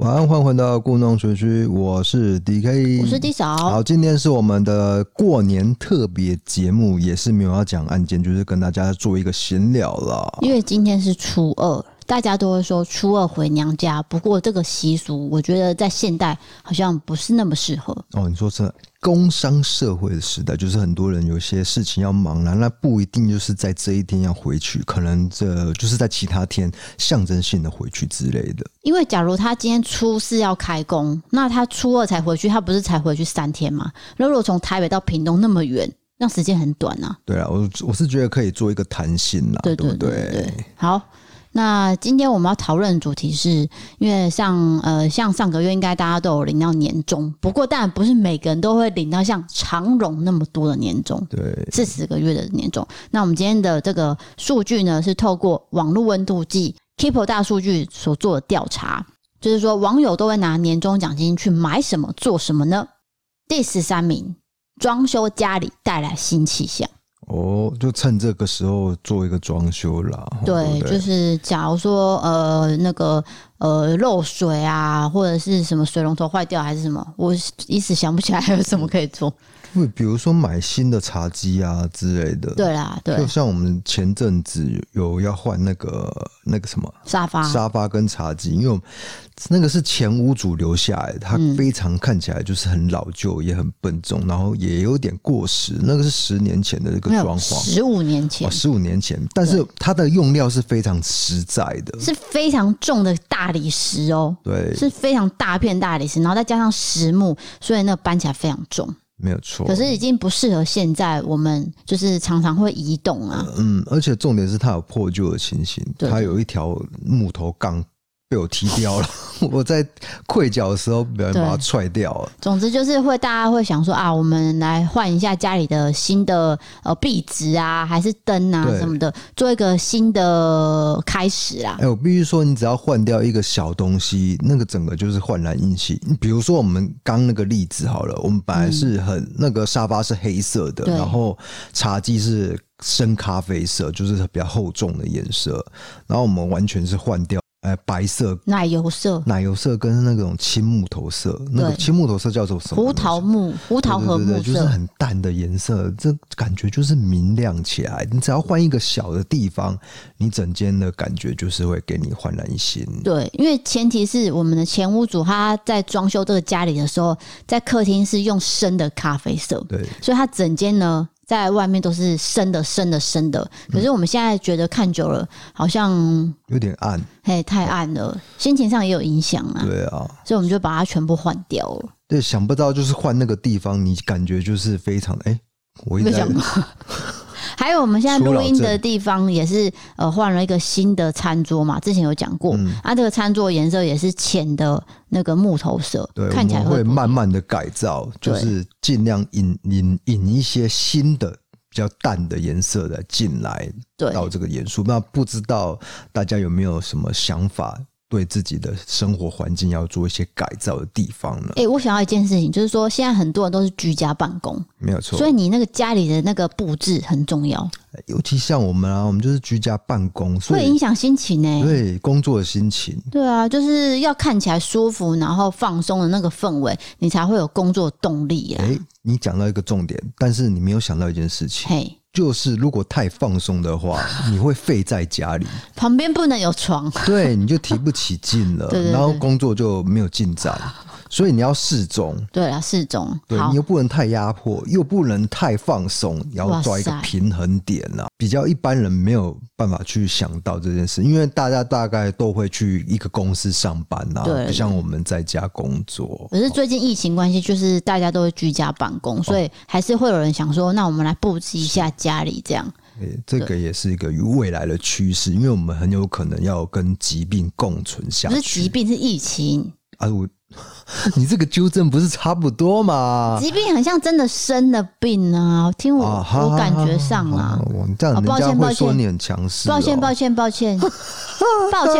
晚安，欢迎回到故弄玄虚，我是 DK， 我是 D 嫂。 好，今天是我们的过年特别节目，也是没有要讲案件，就是跟大家做一个闲聊啦。 因为今天是初二，大家都会说初二回娘家，不过这个习俗，我觉得在现代好像不是那么适合。 哦，你说是工商社会的时代，就是很多人有些事情要忙啦，那不一定就是在这一天要回去，可能这就是在其他天象征性的回去之类的。 因为假如他今天初四要开工，那他初二才回去，他不是才回去3天吗？如果从台北到屏东那么远，那时间很短啊。 对啊，我是觉得可以做一个弹性啦，对不对？ 好。那今天我们要讨论的主题是，因为像上个月应该大家都有领到年终，不过当然不是每个人都会领到像长荣那么多的年终， 对 ，40个月的年终。那我们今天的这个数据呢，是透过网络温度计 Keepo 大数据所做的调查，就是说网友都会拿年终奖金去买什么做什么呢？第13名，装修家里带来新气象。 哦，就趁这个时候做一个装修啦。 对，就是假如说漏水啊，或者是什么水龙头坏掉还是什么，我一时想不起来还有什么可以做。 比如说买新的茶几啊之类的。 对啦，对， 就像我们前阵子有要换那个什么沙发跟茶几，因为那个是前屋主留下来的，它非常看起来就是很老旧，也很笨重，然后也有点过时。那个是10年前的这个装潢 ，15年前 ，15年前，但是它的用料是非常实在的， 是非常重的大理石哦， 对， 是非常大片大理石，然后再加上实木，所以那搬起来非常重。 没有错， 可是已经不适合现在我们就是常常会移动啊。 而且重点是它有破旧的情形，它有一条木头杠被我踢掉了，我在跪脚的时候被人把它踹掉了。 总之就是大家会想说啊，我们来换一下家里的新的壁纸啊，还是灯啊什么的，做一个新的开始啦。 我必须说，你只要换掉一个小东西，那个整个就是焕然一新。比如说我们刚那个例子好了，我们本来是那个沙发是黑色的，然后茶几是深咖啡色，就是比较厚重的颜色，然后我们完全是换掉。白色、奶油色跟那种青木头色，那个青木头色叫做什么？胡桃和木色， 就是很淡的颜色，这感觉就是明亮起来。你只要换一个小的地方，你整间的感觉就是会给你焕然一新。 对，因为前提是我们的前屋主他在装修这个家里的时候，在客厅是用深的咖啡色，对，所以他整间呢。在外面都是深的，可是我们现在觉得看久了好像有点暗， 太暗了，心情上也有影响啊。 对啊， 所以我们就把它全部换掉了。 对，想不到就是换那个地方，你感觉就是非常我一直在还有我们现在录音的地方也是换了一个新的餐桌嘛，之前有讲过，这个餐桌颜色也是浅的那个木头色， 对， 看起来会慢慢的改造，就是尽量引一些新的比较淡的颜色的进来到这个元素。那不知道大家有没有什么想法？对自己的生活环境要做一些改造的地方呢？ 我想要一件事情，就是说现在很多人都是居家办公， 没有错， 所以你那个家里的那个布置很重要。 尤其像我们我们就是居家办公，所以会影响心情对，工作的心情。对啊，就是要看起来舒服，然后放松的那个氛围，你才会有工作动力啊。 你讲到一个重点，但是你没有想到一件事情。就是如果太放松的话，你会废在家里， 旁边不能有床， 对，你就提不起劲了，然后工作就没有进展。所以你要适中， 对啦，适中， 对，你又不能太压迫，又不能太放松，你要抓一个平衡点啦。比较一般人没有办法去想到这件事，因为大家大概都会去一个公司上班啊，不像我们在家工作。 可是最近疫情关系，就是大家都会居家办公，所以还是会有人想说，那我们来布置一下家里这样。 这个也是一个未来的趋势，因为我们很有可能要跟疾病共存下去。 不是疾病，是疫情啊！你这个纠正不是差不多吗？ 疾病很像真的生了病啊，听我感觉上啦。 这样人家会说你很强势。 抱歉。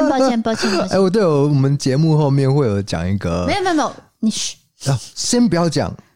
对，我们节目后面会有讲一个， 没有，你先不要讲。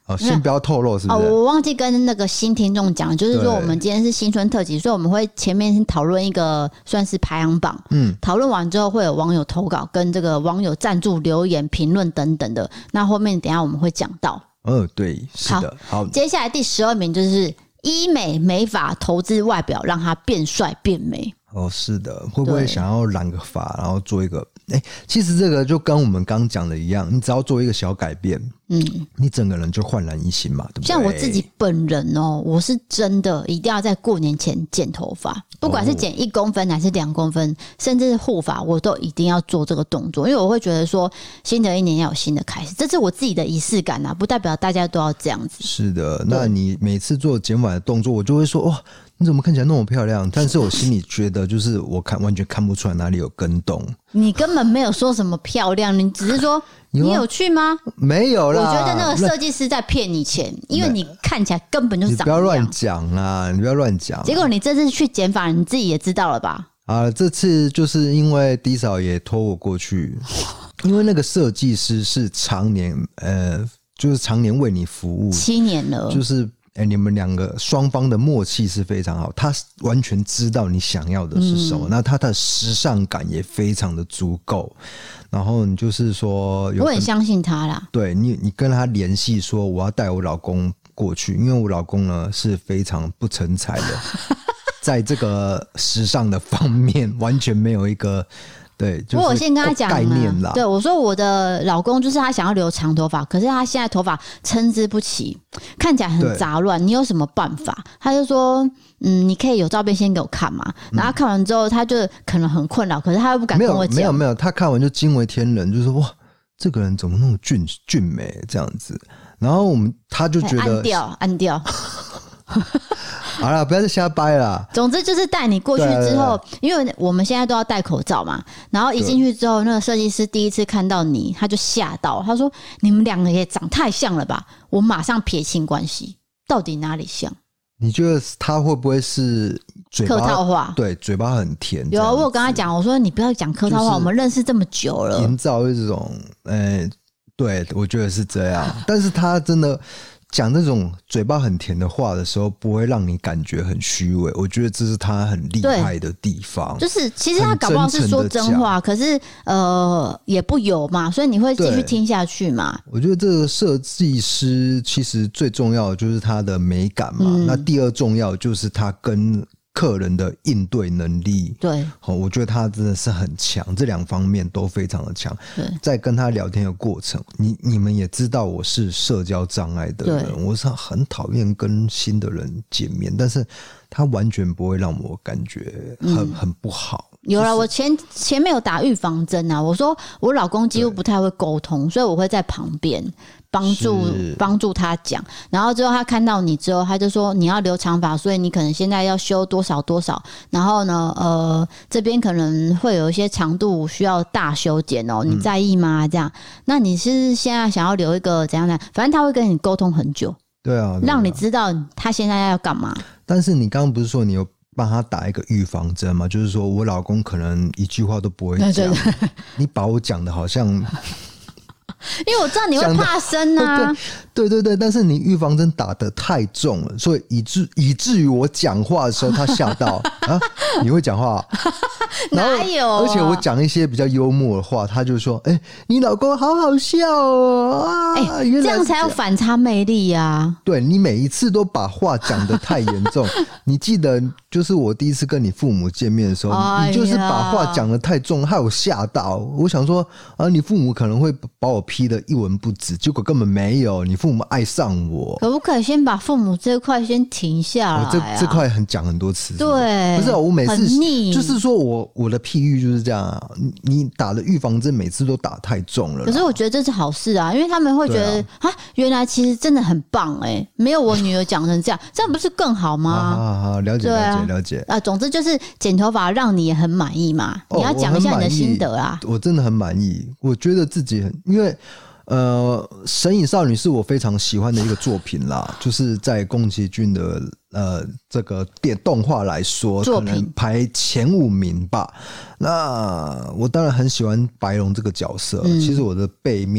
先不要透露是不是？ 我忘记跟那个新听众讲，就是说我们今天是新春特辑，所以我们会前面先讨论一个算是排行榜，讨论完之后会有网友投稿跟这个网友赞助留言评论等等的，那后面等一下我们会讲到。 对，是的。好， 接下来第12名就是医美美发投资外表，让它变帅变美。 是的，会不会想要染个发，然后做一个？其实这个就跟我们刚讲的一样，你只要做一个小改变，你整个人就焕然一新嘛，对不对？ 像我自己本人我是真的一定要在过年前剪头发，不管是剪1公分还是2公分，甚至是护发，我都一定要做这个动作，因为我会觉得说，新的一年要有新的开始，这是我自己的仪式感啊，不代表大家都要这样子。 是的，那你每次做剪发的动作，我就会说哇，你怎么看起来那么漂亮？但是我心里觉得，就是我完全看不出来哪里有跟动。 你根本没有说什么漂亮，你只是说你有去吗？ 没有啦。 我觉得那个设计师在骗你钱，因为你看起来根本就长一样。 你不要乱讲啦，你不要乱讲。 结果你这次去剪发，你自己也知道了吧？ 这次就是因为 D 嫂也拖我过去，因为那个设计师是常年就是常年为你服务 7年了， 就是你们两个双方的默契是非常好，他完全知道你想要的是什么，那他的时尚感也非常的足够。然后你就是说， 我很相信他啦。 对你跟他联系说我要带我老公过去，因为我老公呢是非常不成才的，在这个时尚的方面完全没有一个。对，就是我先跟他讲概念啦。 对，我说我的老公就是他想要留长头发，可是他现在头发参差不齐，看起来很杂乱。你有什么办法？他就说，你可以有照片先给我看嘛。然后看完之后，他就可能很困扰，可是他又不敢跟我讲。 没有，他看完就惊为天人，就说哇，这个人怎么那么俊美这样子。然后他就觉得按掉。 好啦，不要再瞎掰啦。 总之就是带你过去之后，因为我们现在都要戴口罩嘛，然后一进去之后，那个设计师第一次看到你，他就吓到，他说：“你们两个也长太像了吧？”我马上撇清关系，到底哪里像？ 你觉得他会不会是嘴巴客套话？ 对，嘴巴很甜。 有啊，我有跟他讲，我说你不要讲客套话，我们认识这么久了， 营造这种，对，我觉得是这样。但是他真的讲那种嘴巴很甜的话的时候，不会让你感觉很虚伪。我觉得这是他很厉害的地方。就是其实他搞不好是说真话，可是也不有嘛，所以你会继续听下去嘛。 我觉得这个设计师其实最重要的就是他的美感嘛，那第二重要就是他跟客人的应对能力。 对， 我觉得他真的是很强，这2方面都非常的强。在跟他聊天的过程，你们也知道我是社交障碍的人，我是很讨厌跟新的人见面，但是他完全不会让我感觉很不好。 有了，我前面有打预防针啊。我说我老公几乎不太会沟通，所以我会在旁边帮助他讲。然后之后他看到你之后，他就说你要留长发，所以你可能现在要修多少多少。然后呢，这边可能会有一些长度需要大修剪哦，你在意吗？这样，那你是现在想要留一个怎样的？反正他会跟你沟通很久，对啊，让你知道他现在要干嘛。但是你刚刚不是说你有帮他打一个预防针嘛？就是说我老公可能一句话都不会讲，你把我讲的好像，因为我知道你会怕生啊。对，但是你预防针打得太重了，所以以至于我讲话的时候他吓到啊，你会讲话？哪有？而且我讲一些比较幽默的话，他就说：“你老公好好笑哦！”这样才有反差魅力啊！对，你每一次都把话讲得太严重。你记得，就是我第一次跟你父母见面的时候，你就是把话讲得太重，害我吓到。我想说你父母可能会把我批得一文不值，结果根本没有。你父母爱上我，可不可以先把父母这块先停下来啊？这块讲很多次，对，不是我每次就是说我的譬喻就是这样啊。你打的预防针每次都打太重了，可是我觉得这是好事啊，因为他们会觉得原来其实真的很棒没有我女儿讲成这样，这样不是更好吗？好，了解总之就是剪头发让你也很满意嘛。你要讲一下你的心得啊。我真的很满意，我觉得自己因为神隐少女是我非常喜欢的一个作品啦，就是在宫崎骏的这个动画来说，可能排前5名吧。那我当然很喜欢白龙这个角色，其实我的背面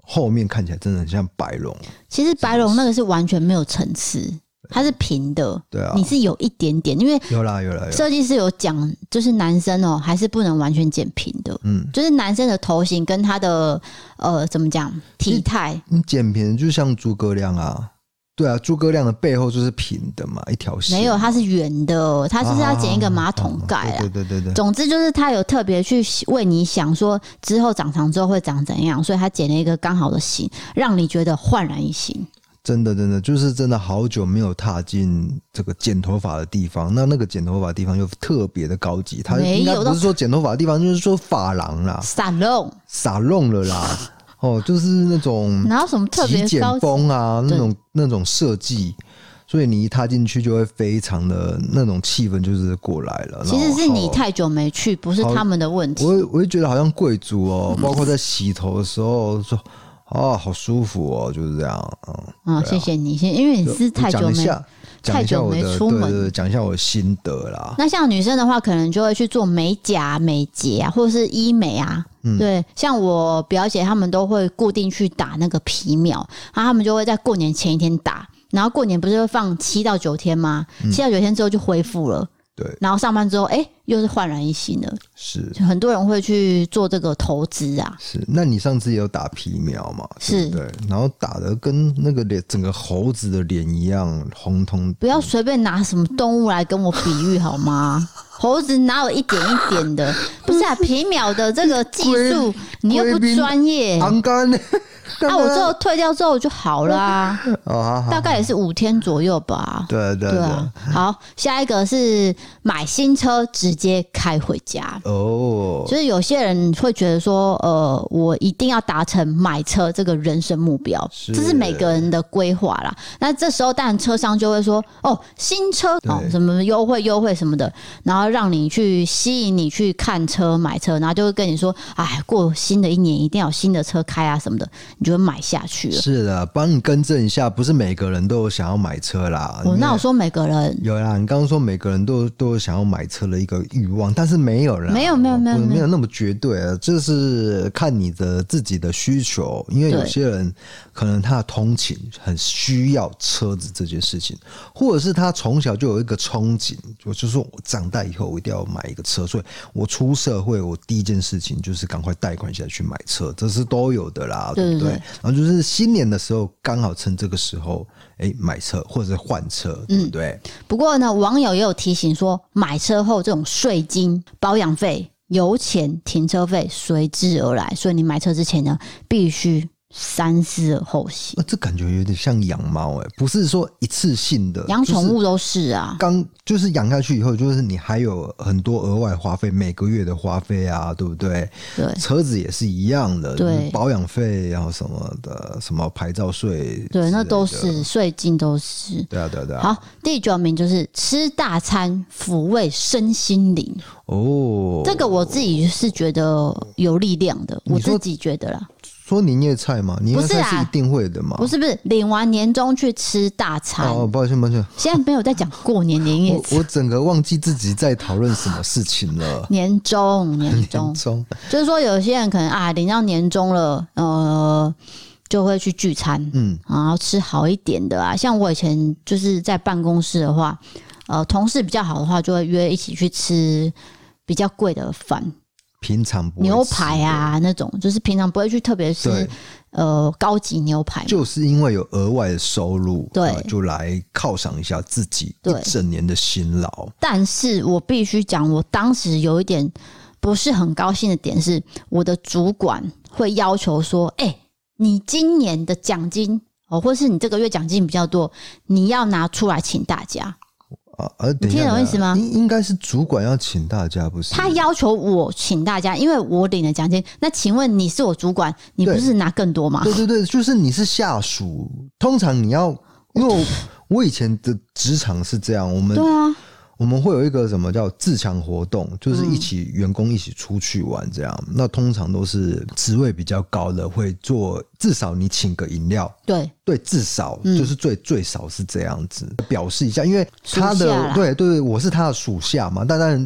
后面看起来真的很像白龙。 其实白龙那个是完全没有层次，它是平的， 对啊， 你是有一点点，因为有啦， 设计师有讲，就是男生哦还是不能完全剪平的，就是男生的头型跟他的怎么讲体态， 你剪平就像诸葛亮啊。对啊，诸葛亮的背后就是平的嘛，一条线。 没有，它是圆的，它就是要剪一个马桶盖啊。 对。 总之就是他有特别去为你想说之后长长之后会长怎样，所以他剪了一个刚好的型，让你觉得焕然一新。 真的就是真的好久没有踏进这个剪头发的地方，那个剪头发的地方又特别的高级，它应该不是说剪头发的地方，就是说发廊啦，沙龙了啦。就是那种哪有什么特别极简风啊，那种设计，所以你一踏进去就会非常的那种气氛就是过来了。 其实是你太久没去，不是他们的问题。 我会觉得好像贵族哦，包括在洗头的时候说好舒服哦，就是这样。 谢谢你，因为你是太久没出门， 对，讲一下我的心得啦。 那像女生的话，可能就会去做美甲、美睫啊，或者是医美啊。对，像我表姐他们都会固定去打那个皮秒，然后他们就会在过年前一天打，然后过年不是会放7到9天吗？7到9天之后就恢复了。 对， 然后上班之后，又是焕然一新了。 是， 就很多人会去做这个投资啊。 是，那你上次也有打皮秒嘛？ 是， 对，然后打的跟那个整个猴子的脸一样红彤。 不要随便拿什么动物来跟我比喻好吗？猴子哪有一点一点的？不是啊，皮秒的这个技术你又不专业，我最后退掉之后就好了啊。大概也是5天左右吧。 对啊。 好，下一个是买新车直接开回家。就是有些人会觉得说，我一定要达成买车这个人生目标，这是每个人的规划啦。那这时候当然车商就会说，新车什么优惠什么的，然后让你去吸引你去看车买车，然后就会跟你说，过新的一年一定要有新的车开啊什么的。你就会买下去了。 是的，帮你更正一下，不是每个人都有想要买车啦。 我那我说每个人有啦，你刚刚说每个人都有想要买车的一个欲望，但是没有啦， 没有那么绝对啊，这是看你的自己的需求，因为有些人可能他的通勤很需要车子这件事情，或者是他从小就有一个憧憬，就是说我长大以后我一定要买一个车，所以我出社会我第一件事情就是赶快贷款下去买车，这是都有的啦，对不对？然后就是新年的时候刚好趁这个时候买车或者是换车，对不对？ 不过呢，网友也有提醒说，买车后这种税金、保养费、油钱、停车费随之而来，所以你买车之前呢，必须三思而后行。 这感觉有点像养猫不是说一次性的， 养宠物都是啊。 就是养下去以后，就是你还有很多额外花费，每个月的花费啊，对不对？ 对， 车子也是一样的， 对， 保养费然后什么的，什么牌照税， 对，那都是税金，都是。 对啊。 好，第9名就是吃大餐抚慰身心灵。这个我自己是觉得有力量的，我自己觉得啦。 说年夜菜嘛，年夜菜是一定会的嘛？ 不是，领完年终去吃大餐。 抱歉。 现在没有在讲过年夜菜， 我整个忘记自己在讨论什么事情了。 年终，就是说有些人可能领到年终了，就会去聚餐，然后吃好一点的啊。像我以前就是在办公室的话，同事比较好的话，就会约一起去吃比较贵的饭。 平常不会吃牛排啊那种，就是平常不会去特别吃高级牛排， 就是因为有额外的收入， 对， 就来犒赏一下自己一整年的辛劳。 但是我必须讲，我当时有一点不是很高兴的点是，我的主管会要求说，你今年的奖金或是你这个月奖金比较多，你要拿出来请大家。你听懂意思吗？ 应该是主管要请大家，不是？ 他要求我请大家，因为我领了奖金。那请问你是我主管，你不是拿更多吗？ 对，就是你是下属，通常你要，因为我以前的职场是这样，我们会有一个什么叫自强活动，就是员工一起出去玩这样。那通常都是职位比较高的会做，至少你请个饮料。对，至少就是最少是这样子表示一下，因为他的对，我是他的属下嘛，当然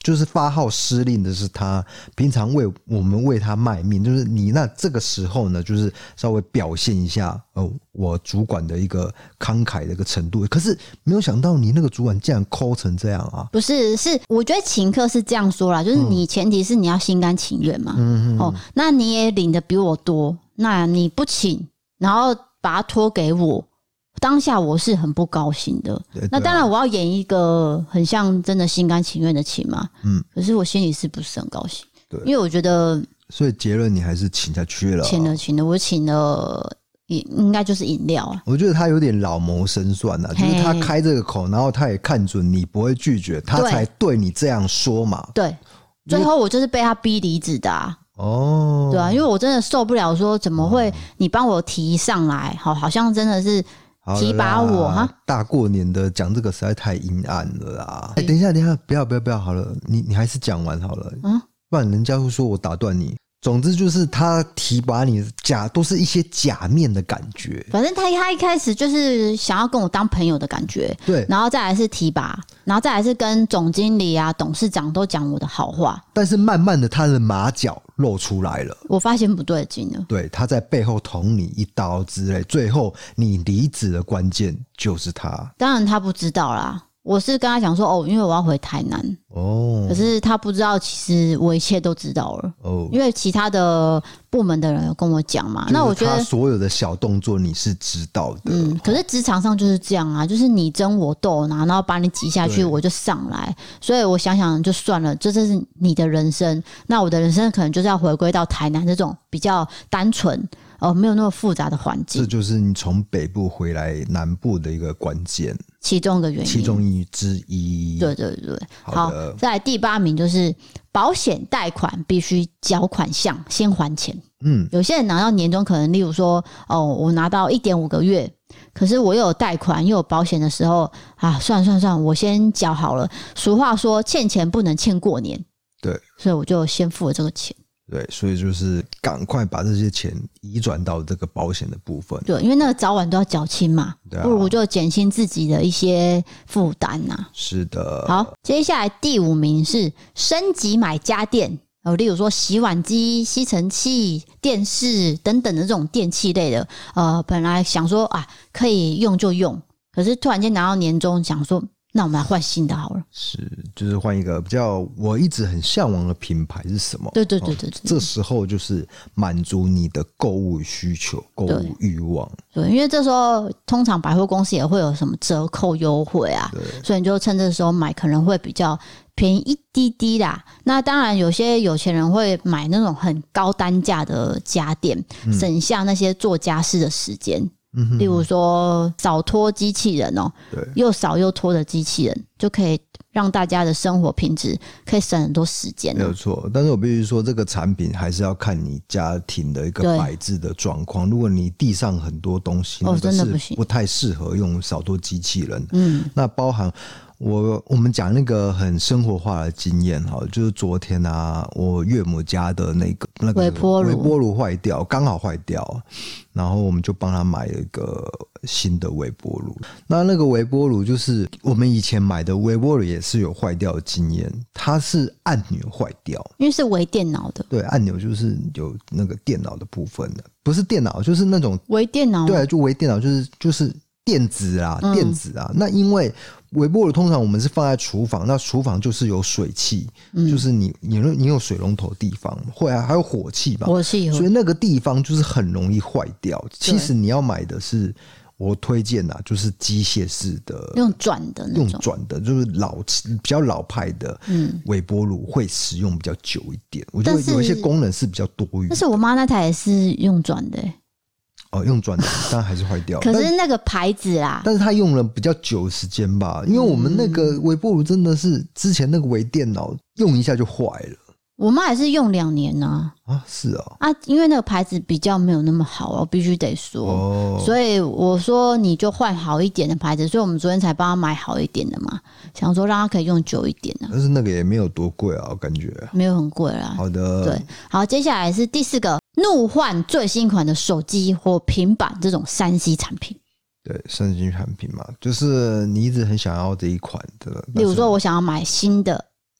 就是发号施令的是他，平常我们为他卖命，就是你那这个时候呢，就是稍微表现一下我主管的一个慷慨的一个程度。可是没有想到你那个主管竟然抠成这样啊！ 不是，是我觉得请客是这样说啦，就是你前提是你要心甘情愿嘛。那你也领的比我多，那你不请，然后把它托给我。当下我是很不高兴的，那当然我要演一个很像真的心甘情愿的请嘛，可是我心里是不是很高兴？对，因为我觉得， 所以结论你还是请下去了， 请了，我请了，应该就是饮料啊。 我觉得他有点老谋深算啊，就是他开这个口，然后他也看准你不会拒绝，他才对你这样说嘛。 对，最后我就是被他逼离职的啊。对啊，因为我真的受不了，说怎么会你帮我提上来，好像真的是。提拔我哈！ 大过年的讲这个实在太阴暗了啦！等一下，不要好了，你还是讲完好了，不然人家会说我打断你。总之就是他提拔你都是一些假面的感觉， 反正他一开始就是想要跟我当朋友的感觉， 对， 然后再来是提拔，然后再来是跟总经理啊、董事长都讲我的好话， 但是慢慢的他的马脚露出来了， 我发现不对劲了， 对，他在背后捅你一刀之类，最后你离职的关键就是他， 当然他不知道啦。我是跟他讲说因为我要回台南可是他不知道其实我一切都知道了因为其他的部门的人有跟我讲嘛，那我觉得他所有的小动作你是知道的可是职场上就是这样啊，就是你争我斗然后把你挤下去我就上来，所以我想想就算了，这是你的人生，那我的人生可能就是要回归到台南这种比较单纯没有那么复杂的环境， 这就是你从北部回来南部的一个关键， 其中一个原因， 其中之一。 对，好，再来第8名就是保险贷款必须缴款项先还钱。有些人拿到年终，可能例如说我拿到 1.5 个月，可是我又有贷款又有保险的时候算了，我先缴好了。俗话说欠钱不能欠过年，对，所以我就先付了这个钱。 对，所以就是赶快把这些钱移转到这个保险的部分。 对，因为那个早晚都要缴清嘛，不如就减轻自己的一些负担啊。 是的。 好，接下来第5名是升级买家电，例如说洗碗机、吸尘器、电视等等的这种电器类的。本来想说可以用就用，可是突然间拿到年终，想说那我们来换新的好了， 就是换一个比较我一直很向往的品牌是什么？ 对， 这时候就是满足你的购物需求、购物欲望。 对，因为这时候通常百货公司也会有什么折扣优惠啊，所以你就趁这时候买，可能会比较便宜一滴滴啦。那当然有些有钱人会买那种很高单价的家电，省下那些做家事的时间。例如说扫拖机器人又扫又拖的机器人，就可以让大家的生活品质可以省很多时间。 没有错，但是我必须说这个产品还是要看你家庭的一个摆置的状况。如果你地上很多东西真的不行， 不太适合用扫拖机器人。那包含我们讲那个很生活化的经验就是昨天我岳母家的那个微波炉坏掉，刚好坏掉，然后我们就帮他买了一个新的微波炉。那个微波炉就是我们以前买的微波炉也是有坏掉的经验，它是按钮坏掉， 因为是微电脑的。 对，按钮就是有那个电脑的部分的，不是电脑就是那种微电脑。 对，就微电脑就是电子啊。那因为微波炉通常我们是放在厨房，那厨房就是有水汽，就是你有水龙头的地方，还有火气吧，所以那个地方就是很容易坏掉。其实你要买的是，我推荐就是机械式的， 用转的那种， 用转的，就是比较老派的微波炉会使用比较久一点。我觉得有一些功能是比较多余。 但是我妈那台也是用转的用转的，但还是坏掉。 可是那个牌子但是它用了比较久的时间吧，因为我们那个微波炉真的是之前那个微电脑用一下就坏了。 我妈也是用2年是因为那个牌子比较没有那么好我必须得说所以我说你就换好一点的牌子，所以我们昨天才帮她买好一点的嘛，想说让她可以用久一点但是那个也没有多贵我感觉没有很贵啦。 好的， 对，好，接下来是第4个，怒换最新款的手机或平板这种 3C 产品。 对，3C 产品嘛，就是你一直很想要这一款的， 例如说我想要买新的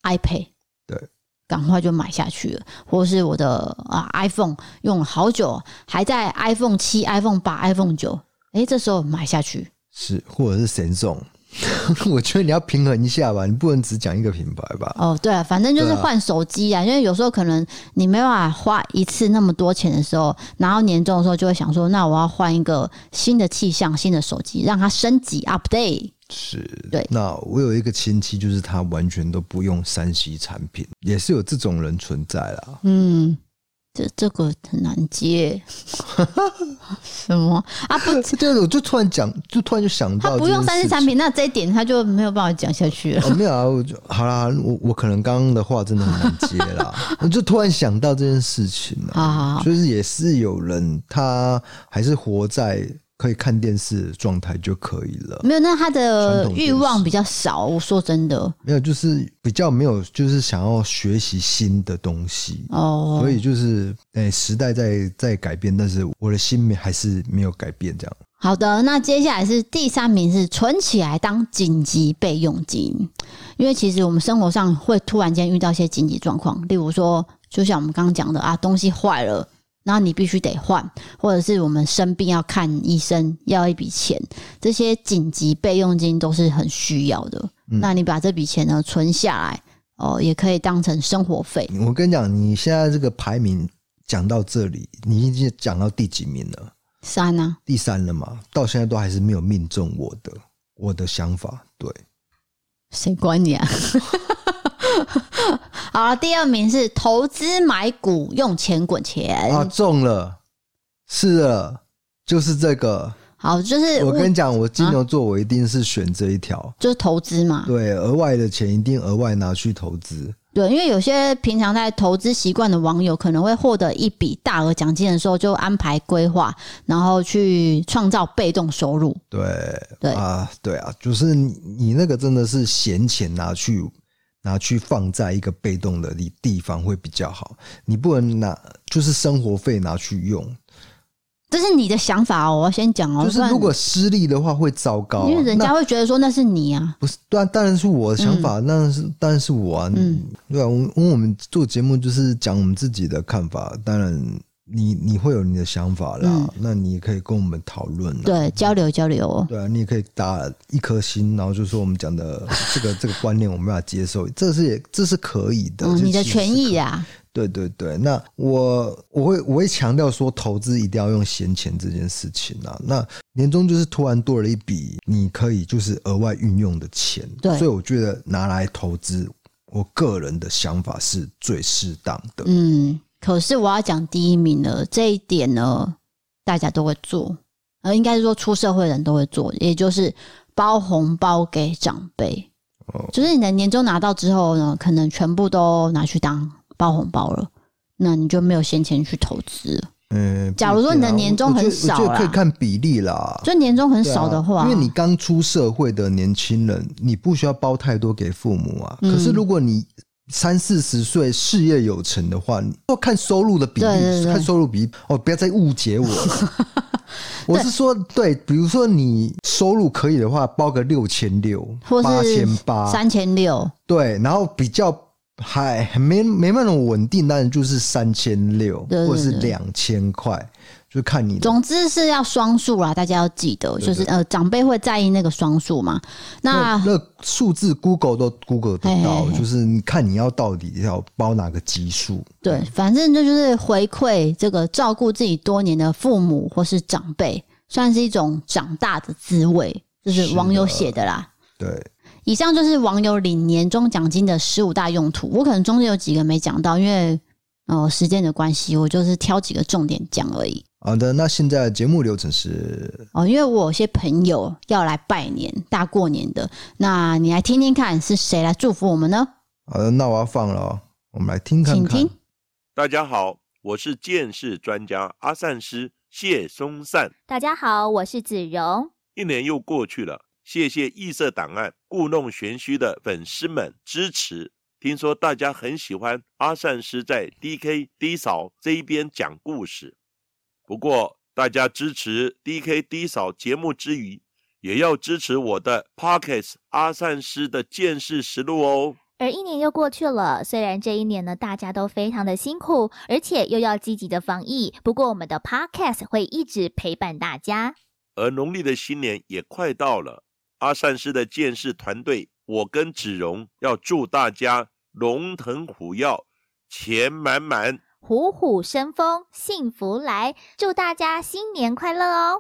iPad， 对， 赶快就买下去了，或是我的iPhone 用了好久，还在 iPhone 7、iPhone 8、iPhone 9，这时候买下去是，或者是Samsung。我觉得你要平衡一下吧，你不能只讲一个品牌吧。 哦，对啊，反正就是换手机啊，因为有时候可能你没办法花一次那么多钱的时候，拿到年终的时候就会想说，那我要换一个新的气象、新的手机，让它升级 update。 是， 对。 那我有一个亲戚，就是他完全都不用3C 产品，也是有这种人存在啦。 这个很难接，什么啊？不， 对，我就突然就想到， 他不用3C 产品，那这一点他就没有办法讲下去了。 没有啊，好啦，我可能刚刚的话真的很难接啦，我就突然想到这件事情了，就是也是有人他还是活在可以看电视的状态就可以了。 没有，那他的欲望比较少。我说真的， 没有，就是比较没有，就是想要学习新的东西哦。所以就是时代在改变，但是我的心还是没有改变这样。 好的，那接下来是第3名，是存起来当紧急备用金。因为其实我们生活上会突然间遇到一些紧急状况，例如说，就像我们刚刚讲的啊，东西坏了。然后你必须得换，或者是我们生病要看医生要一笔钱，这些紧急备用金都是很需要的。那你把这笔钱呢存下来，也可以当成生活费。 我跟你讲，你现在这个排名讲到这里，你已经讲到第几名了 ？3啊， 第3了嘛，到现在都还是没有命中我的想法。对， 谁管你啊？好了，第2名是投资买股，用钱滚钱啊，中了，是了，就是这个。 好，就是我跟你讲，我金牛座，我一定是选这一条， 就是投资嘛。 对，额外的钱一定额外拿去投资。 对，因为有些平常在投资习惯的网友，可能会获得一笔大额奖金的时候，就安排规划，然后去创造被动收入。 对啊，就是你那个真的是闲钱拿去放在一个被动的地方会比较好，你不能就是生活费拿去用。 这是你的想法我要先讲就是如果失利的话会糟糕因为人家会觉得说那是你啊。 不是，当然是我的想法，当然是我啊。对啊，因为我们做节目就是讲我们自己的看法，当然你会有你的想法啦，那你也可以跟我们讨论， 对，交流。对啊，你也可以打1颗星，然后就说我们讲的这个观念我们没办法接受，这是可以的， 你的权益啊。 对，那我会强调说，投资一定要用闲钱这件事情啊。那年终就是突然多了一笔你可以就是额外运用的钱，对，所以我觉得拿来投资，我个人的想法是最适当的。 可是我要讲第1名了，这一点呢，大家都会做，应该是说出社会的人都会做，也就是包红包给长辈。就是你的年终拿到之后呢，可能全部都拿去当包红包了，那你就没有闲钱去投资了。假如说你的年终很少啦， 我觉得可以看比例啦。 就年终很少的话， 因为你刚出社会的年轻人，你不需要包太多给父母啊。可是如果你30-40岁事业有成的话，你要看收入的比例，看收入比例不要再误解我了。我是说，对，比如说你收入可以的话，包个6600或是8800、 3600， 对，然后比较还没那么稳定，当然就是3600或者是2000块，就看你。 总之是要双数啦，大家要记得，就是长辈会在意那个双数嘛。那数字 Google 都 Google 得到，就是你看你要到底要包哪个基数。 对，反正这就是回馈这个照顾自己多年的父母或是长辈，算是一种长大的滋味，就是网友写的啦。 对。 以上就是网友领年终奖金的15大用途，我可能中间有几个没讲到，因为时间的关系，我就是挑几个重点讲而已。 好的，那现在的节目流程是因为我有些朋友要来拜年，大过年的，那你来听听看是谁来祝福我们呢？ 好的，那我要放了我们来听看看。 请听。 大家好，我是健视专家阿善师谢松善。 大家好，我是子荣。 1年又过去了，谢谢异色档案故弄玄虚的粉丝们支持。听说大家很喜欢阿善师在 DK 低嫂这一边讲故事，不过大家支持 DK 低嫂节目之余，也要支持我的 Podcast 阿善师的见识实录哦。 而一年又过去了，虽然这一年呢大家都非常的辛苦，而且又要积极的防疫，不过我们的 Podcast 会一直陪伴大家。 而农历的新年也快到了，阿善师的健视团队，我跟子荣要祝大家龙腾虎跃，钱满满， 虎虎生风，幸福来，祝大家新年快乐哦！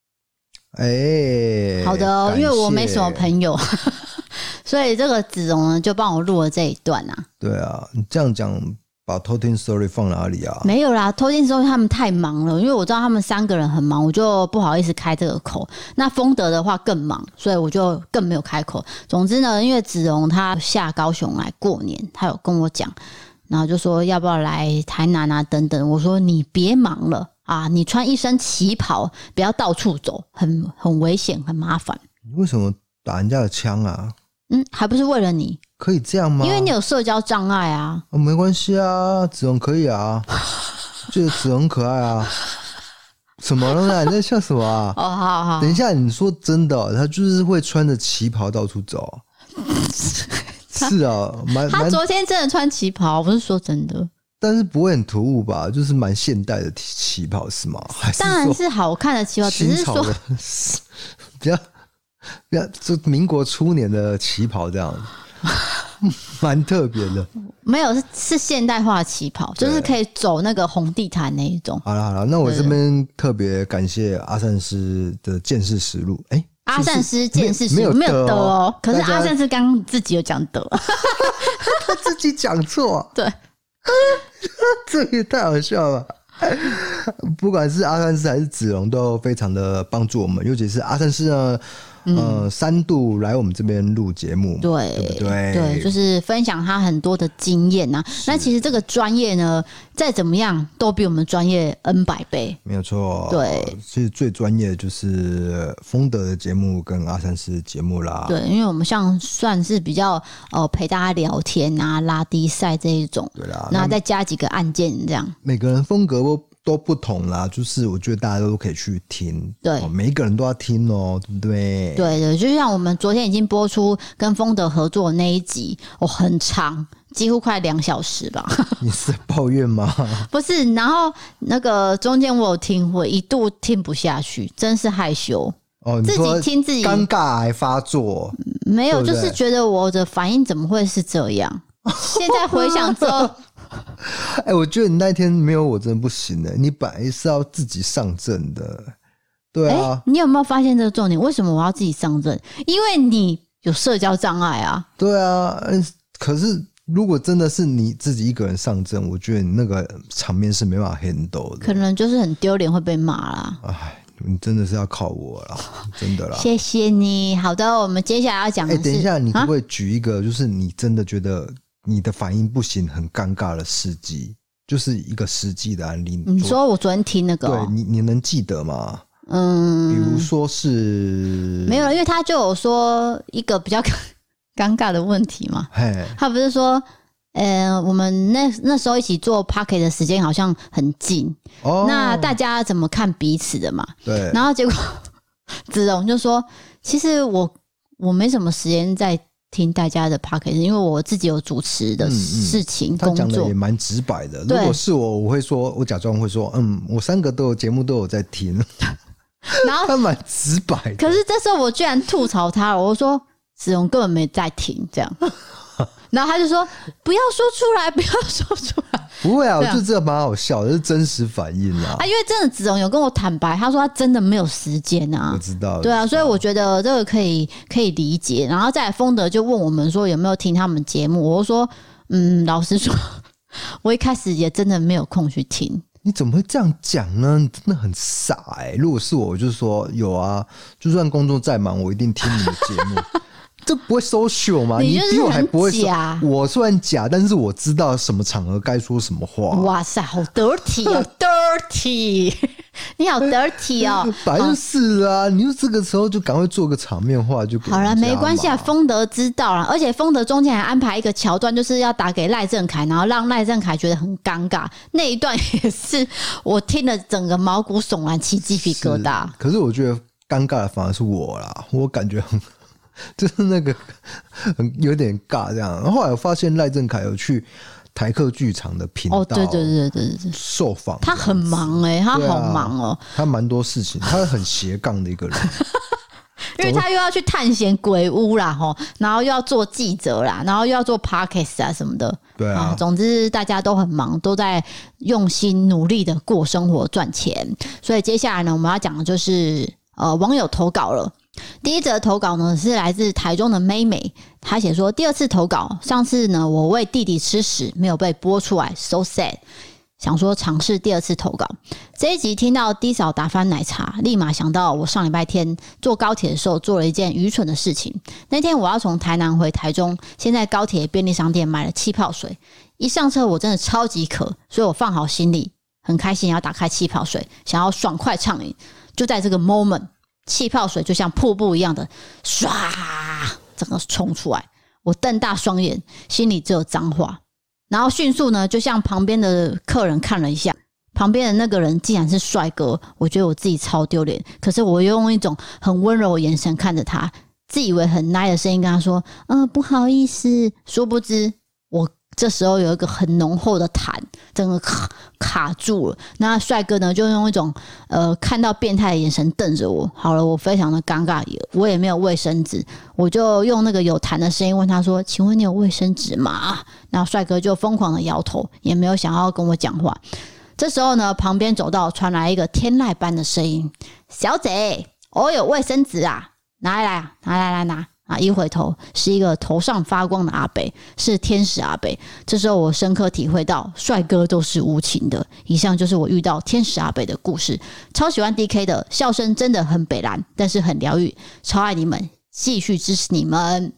好的哦，因为我没什么朋友，所以这个子荣呢就帮我录了这一段啊。 对啊，你这样讲，把偷听 story 放哪里啊？ 没有啦，偷听 story 他们太忙了，因为我知道他们3个人很忙，我就不好意思开这个口。那丰德的话更忙，所以我就更没有开口。总之呢，因为子荣他下高雄来过年，他有跟我讲，然后就说要不要来台南啊等等。我说你别忙了啊，你穿一身旗袍，不要到处走，很危险，很麻烦。 你为什么打人家的枪啊？ 还不是为了你？ 可以这样吗？ 因为你有社交障碍啊。 没关系啊，子荣可以啊，觉得子荣很可爱啊。什么了？你在笑什么啊？ 哦，好好。 等一下，你说真的他就是会穿着旗袍到处走。是啊， 他昨天真的穿旗袍，不是说真的。 但是不会很突兀吧？就是蛮现代的旗袍是吗？还是当然是好看的旗袍，只是说比较就民国初年的旗袍这样，蛮特别的。 没有，是现代化的旗袍，就是可以走那个红地毯那一种。 好了，那我这边特别感谢阿善师的健视实录。 阿善师健视实录没有得哦，可是阿善师刚刚自己有讲得， 他自己讲错， 对。 这也太好笑了！不管是阿善师还是子荣，都非常的帮助我们，尤其是阿善师呢，3度来我们这边录节目，对不对？ 对，就是分享他很多的经验啊。那其实这个专业呢，再怎么样都比我们专业 N100倍， 没有错。 对， 其实最专业的就是丰德的节目跟阿善师的节目啦。 对，因为我们像算是比较陪大家聊天啊、拉低赛这一种， 对啦， 然后再加几个案件这样。 每个人风格都不同啦，就是我觉得大家都可以去听， 对， 每一个人都要听哦，对不对？ 对的，就像我们昨天已经播出跟丰德合作的那一集，很长，几乎快2小时吧。 你是在抱怨吗？ 不是，然后那个中间我有听，我一度听不下去，真是害羞。自己听自己尴尬还发作， 没有， 对不对？ 就是觉得我的反应怎么会是这样？现在回想之后。 我觉得你那天没有我真的不行的，你本来是要自己上阵的，对啊。 你有没有发现这个重点？为什么我要自己上阵？因为你有社交障碍啊。 对啊，可是如果真的是你自己一个人上阵，我觉得你那个场面是没办法 handle 的， 可能就是很丢脸，会被骂啦。 你真的是要靠我啦，真的啦。 谢谢你。好的，我们接下来要讲的是， 等一下，你可不可以举一个，就是你真的觉得你的反应不行，很尴尬的事迹，就是一个实际的案例。 你说我昨天听那个， 对，你能记得吗？比如说是没有，因为他就有说一个比较尴尬的问题嘛。他不是说，我们那时候一起做 Podcast 的时间好像很近，那大家怎么看彼此的嘛？ 对， 然后结果子荣就说，其实我没什么时间在听大家的 podcast， 因为我自己有主持的事情工作。 他讲的也蛮直白的。如果是我会说，我假装会说，我3个都有节目都有在听。然后他蛮直白的。 可是这时候我居然吐槽他了，我说子荣根本没在听这样。然后他就说不要说出来，不要说出来。 不会啊，我觉得这个蛮好笑的，是真实反应啊。 因为真的子荣有跟我坦白，他说他真的没有时间啊。 我知道。 对啊，所以我觉得这个可以理解。然后再来丰德就问我们说有没有听他们节目，我就说老实说，我一开始也真的没有空去听。 你怎么会这样讲呢？你真的很傻如果是我就说有啊，就算工作再忙，我一定听你的节目。这不会 social 吗？ 你就是比我还不会假。 我虽然假，但是我知道什么场合该说什么话。 哇塞，好 dirty 哦，dirty！ 你好 dirty 哦， 本来就是啊，你就这个时候就赶快做个场面话就给好了，没关系啊。丰德知道了，而且丰德中间还安排一个桥段，就是要打给赖正凯，然后让赖正凯觉得很尴尬。那一段也是我听了整个毛骨悚然，起鸡皮疙瘩。 可是我觉得尴尬的反而是我啦，我感觉就是那个有点尬这样。后来我发现赖正凯有去台客剧场的频道， 对， 受访， 他很忙他好忙哦， 他蛮多事情，他很斜杠的一个人。 因为他又要去探险鬼屋啦，然后又要做记者啦，然后又要做 podcast 啊什么的。 对啊， 总之大家都很忙，都在用心努力的过生活赚钱。所以接下来呢，我们要讲的就是网友投稿了。第一则投稿呢是来自台中的妹妹，她写说第二次投稿，上次呢我喂弟弟吃屎没有被播出来 ，so sad。想说尝试第二次投稿，这一集听到D嫂打翻奶茶，立马想到我上礼拜天坐高铁的时候做了一件愚蠢的事情。那天我要从台南回台中，先在高铁便利商店买了气泡水，一上车我真的超级渴，所以我放好行李，很开心要打开气泡水，想要爽快畅饮。就在这个 moment， 气泡水就像瀑布一样的唰，整个冲出来，我瞪大双眼，心里只有脏话。然后迅速呢，就向旁边的客人看了一下，旁边的那个人竟然是帅哥，我觉得我自己超丢脸。可是我又用一种很温柔的眼神看着他，自以为很 nice 的声音跟他说：“不好意思。”殊不知我这时候有一个很浓厚的痰，整个卡住了。那帅哥呢，就用一种看到变态的眼神瞪着我。好了，我非常的尴尬，我也没有卫生纸，我就用那个有痰的声音问他说：“请问你有卫生纸吗？”然后帅哥就疯狂的摇头，也没有想要跟我讲话。这时候呢，旁边走道传来一个天籁般的声音：“小姐，我有卫生纸啊，拿来啊，拿。”一回头是一个头上发光的阿伯，是天使阿伯。这时候我深刻体会到，帅哥都是无情的。以上就是我遇到天使阿伯的故事。超喜欢 DK 的笑声，真的很北蓝，但是很疗愈。超爱你们，继续支持你们。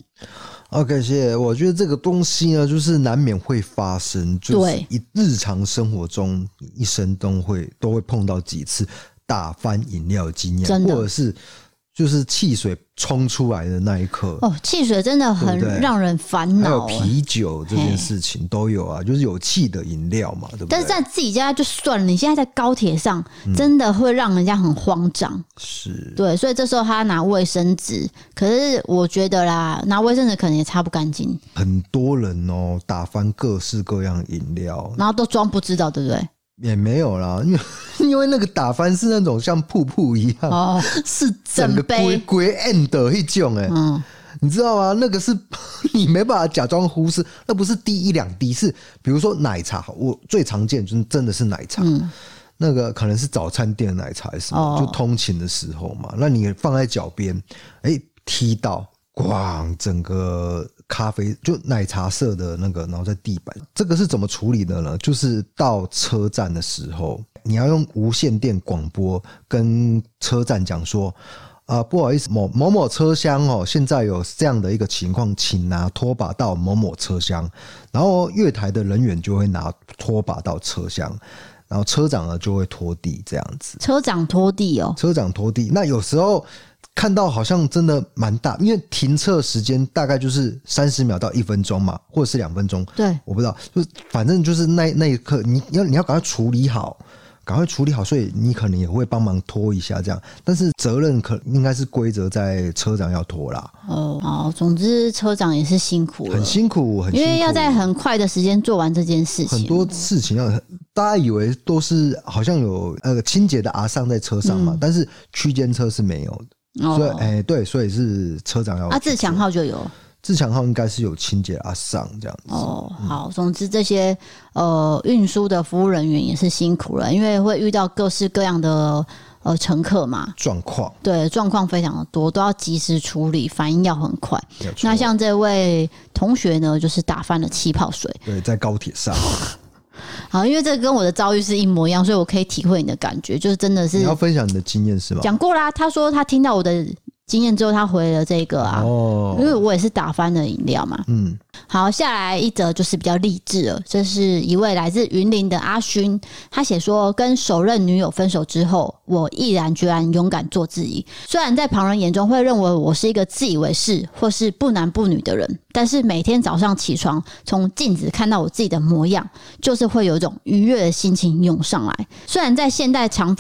OK， 谢谢。我觉得这个东西呢，就是难免会发生，就是日常生活中一生都会碰到几次打翻饮料的经验，或者是就是汽水冲出来的那一刻汽水真的很让人烦恼。 还有啤酒这件事情都有啊，就是有气的饮料嘛，对不对？ 但是在自己家就算了，你现在在高铁上，真的会让人家很慌张。 是， 对，所以这时候他拿卫生纸，可是我觉得啦，拿卫生纸可能也擦不干净。 很多人打翻各式各样的饮料， 然后都装不知道，对不对？ 也没有啦，因为那个打翻是那种像瀑布一样，是整个龟 end 的一种你知道吗？那个是你没办法假装忽视，那不是滴一两滴，是比如说奶茶，我最常见就是真的是奶茶，那个可能是早餐店的奶茶还是什么，就通勤的时候嘛，那你放在脚边，踢到，咣，整个咖啡就奶茶色的那个，然后在地板，这个是怎么处理的呢？就是到车站的时候，你要用无线电广播跟车站讲说，不好意思，某某车厢现在有这样的一个情况，请拿拖把到某某车厢，然后月台的人员就会拿拖把到车厢。然后车长呢就会拖地这样子。车长拖地哦？车长拖地。那有时候看到好像真的蛮大，因为停车时间大概就是30秒到1分钟嘛，或者是2分钟。对，我不知道，就反正就是那一刻，你要赶快处理好。所以你可能也会帮忙拖一下这样，但是责任应该是归责在车长要拖啦。好，总之车长也是辛苦了，很辛苦，因为要在很快的时间做完这件事情，很多事情大家以为都是好像有清洁的阿桑在车上嘛，但是区间车是没有的，所以对，所以是车长要自强号就有。自强号应该是有清洁阿桑这样子。好，总之这些运输的服务人员也是辛苦了，因为会遇到各式各样的乘客嘛，状况非常的多，都要及时处理，反应要很快。那像这位同学呢，就是打翻了气泡水，对，在高铁上。好，因为这跟我的遭遇是一模一样，所以我可以体会你的感觉，就是真的是你要分享你的经验是吗？讲过啦，他说他听到我的经验之后他回了这个啊，因为我也是打翻了饮料嘛。好，下来一则就是比较励志了，这是一位来自云林的阿勋，他写说跟首任女友分手之后，我毅然决然勇敢做自己，虽然在旁人眼中会认为我是一个自以为是或是不男不女的人，但是每天早上起床从镜子看到我自己的模样，就是会有一种愉悦的心情涌上来。虽然在现代长发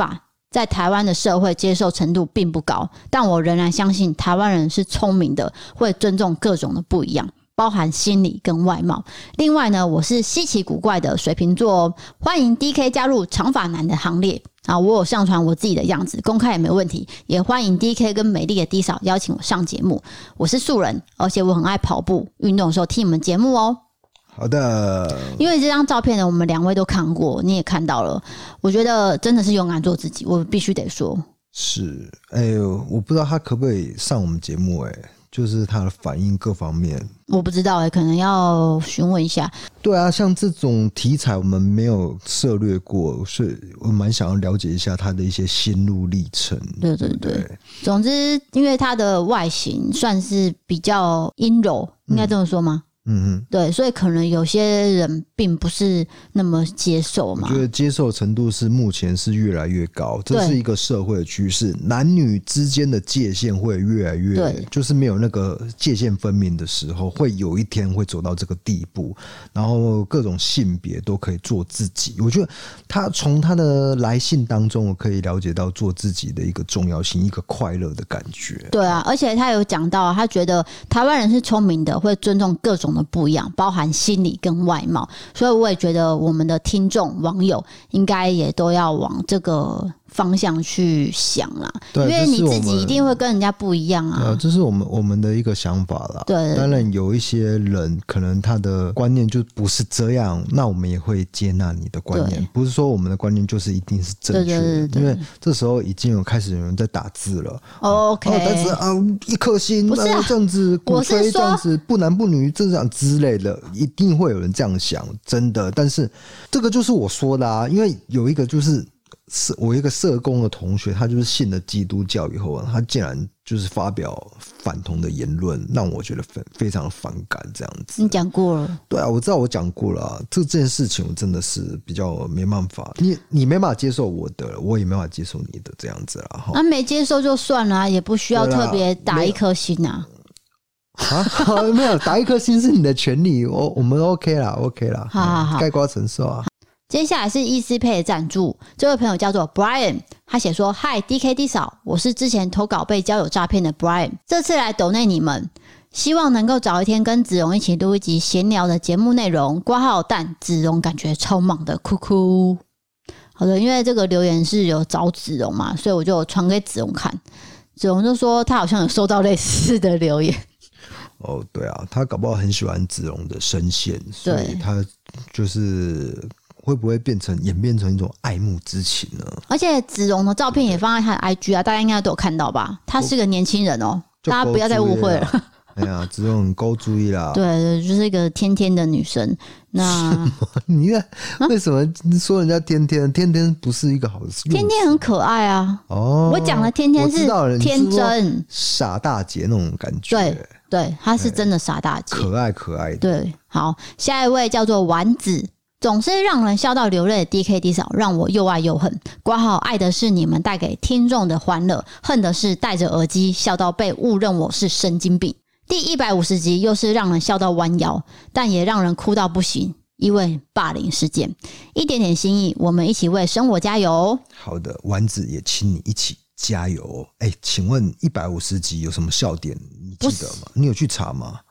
在台湾的社会接受程度并不高，但我仍然相信台湾人是聪明的，会尊重各种的不一样，包含心理跟外貌。另外呢，我是稀奇古怪的水瓶座哦，欢迎 DK 加入长发男的行列啊！我有上传我自己的样子，公开也没问题。也欢迎 DK 跟美丽的 D 嫂邀请我上节目。我是素人，而且我很爱跑步，运动的时候听你们节目哦。 好的， 因为这张照片呢，我们2位都看过，你也看到了，我觉得真的是勇敢做自己，我必须得说。 是，我不知道他可不可以上我们节目，就是他的反应各方面， 我不知道可能要询问一下。 对啊，像这种题材我们没有涉略过，所以我蛮想要了解一下他的一些心路历程。 对对对，总之因为他的外形算是比较阴柔，应该这么说吗？对，所以可能有些人并不是那么接受嘛。 我觉得接受程度是目前是越来越高，这是一个社会的趋势，男女之间的界限会越来越，就是没有那个界限分明的时候，会有一天会走到这个地步，然后各种性别都可以做自己。我觉得他从他的来信当中，我可以了解到做自己的一个重要性，一个快乐的感觉。 对啊，而且他有讲到，他觉得台湾人是聪明的，会尊重各种的不一样，包含心理跟外貌，所以我也觉得我们的听众网友应该也都要往这个方向去想啦，因为你自己一定会跟人家不一样啊。 这是我们的一个想法啦。 对， 当然有一些人可能他的观念就不是这样，那我们也会接纳你的观念，不是说我们的观念就是一定是正确的。对，因为这时候已经有开始有人在打字了。 OK， 但是1颗星，不是这样子鼓吹这样子不男不女这样之类的，一定会有人这样想，真的。但是这个就是我说的啊，因为有一个就是我一个社工的同学，他就是信了基督教以后，他竟然就是发表反同的言论，让我觉得非常反感这样子。 你讲过了？ 对啊，我知道我讲过了啊。这件事情我真的是比较没办法，你没办法接受我的，我也没办法接受你的这样子啦。那没接受就算了，也不需要特别打1颗星啊。 没有打1颗星是你的权利，我们 OK 啦 ，OK 啦， 好， 概括承受啊。 接下来是ECPay的赞助，这位朋友叫做 Brian， 他写说：嗨 DKD 嫂，我是之前投稿被交友诈骗的 Brian， 这次来抖内你们，希望能够找一天跟子荣一起录一集闲聊的节目内容。括号但子荣感觉超忙的，哭哭。好的，因为这个留言是有找子荣嘛，所以我就传给子荣看，子荣就说他好像有收到类似的留言。 对啊，他搞不好很喜欢子荣的声线，所以他就是会不会演变成一种爱慕之情呢？而且子荣的照片也放在他的 IG 啊，大家应该都有看到吧？他是个年轻人大家不要再误会了。 哎呀，子荣很够注意啦。 对，就是一个天天的女生。那你为什么说人家天天？天天不是一个好事。 天天很可爱啊。我讲的天天是天真傻大姐那种感觉。 对，她是真的傻大姐， 可爱可爱的。 对，好，下一位叫做丸子。总是让人笑到流泪的 DKD 嫂，让我又爱又恨。括号爱的是你们带给听众的欢乐，恨的是戴着耳机笑到被误认我是神经病。第150集又是让人笑到弯腰，但也让人哭到不行，因为霸凌事件。一点点心意，我们一起为生活加油。 好的，丸子也请你一起加油。请问150集有什么笑点？你记得吗？你有去查吗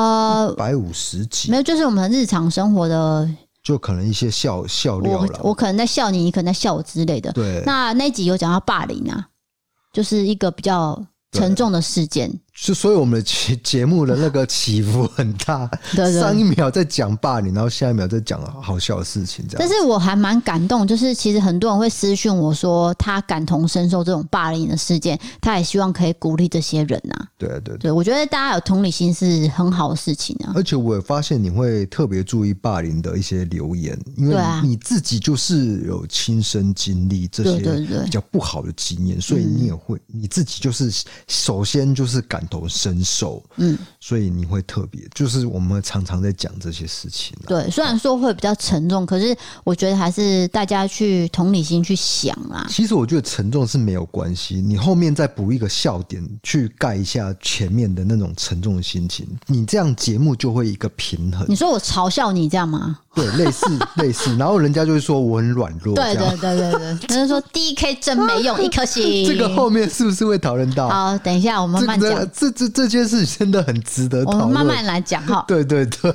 ？150集没有，就是我们日常生活的。 就可能一些笑料啦， 我可能在笑你，你可能在笑我之类的。 对， 那集有讲到霸凌啊，就是一个比较沉重的事件。 所以我们的节目的那个起伏很大， 对， 上一秒在讲霸凌，然后下一秒在讲好笑的事情，这样。 但是我还蛮感动，就是其实很多人会私讯我说他感同身受这种霸凌的事件，他也希望可以鼓励这些人啊。对，我觉得大家有同理心是很好的事情啊。 而且我也发现你会特别注意霸凌的一些留言，因为你自己就是有亲身经历这些比较不好的经验，所以你也会你自己就是首先就是感同身受，所以你会特别，就是我们常常在讲这些事情。 对，虽然说会比较沉重，可是我觉得还是大家去同理心去想啦。 其实我觉得沉重是没有关系，你后面再补一个笑点去盖一下前面的那种沉重的心情，你这样节目就会一个平衡。 你说我嘲笑你这样吗？ 对，类似，然后人家就会说我很软弱， 对，他就说 DK 真没用，1颗星。 这个后面是不是会讨论到？ 好，等一下我们慢慢讲。 这件事真的很值得讨论， 我们慢慢来讲哈。 对。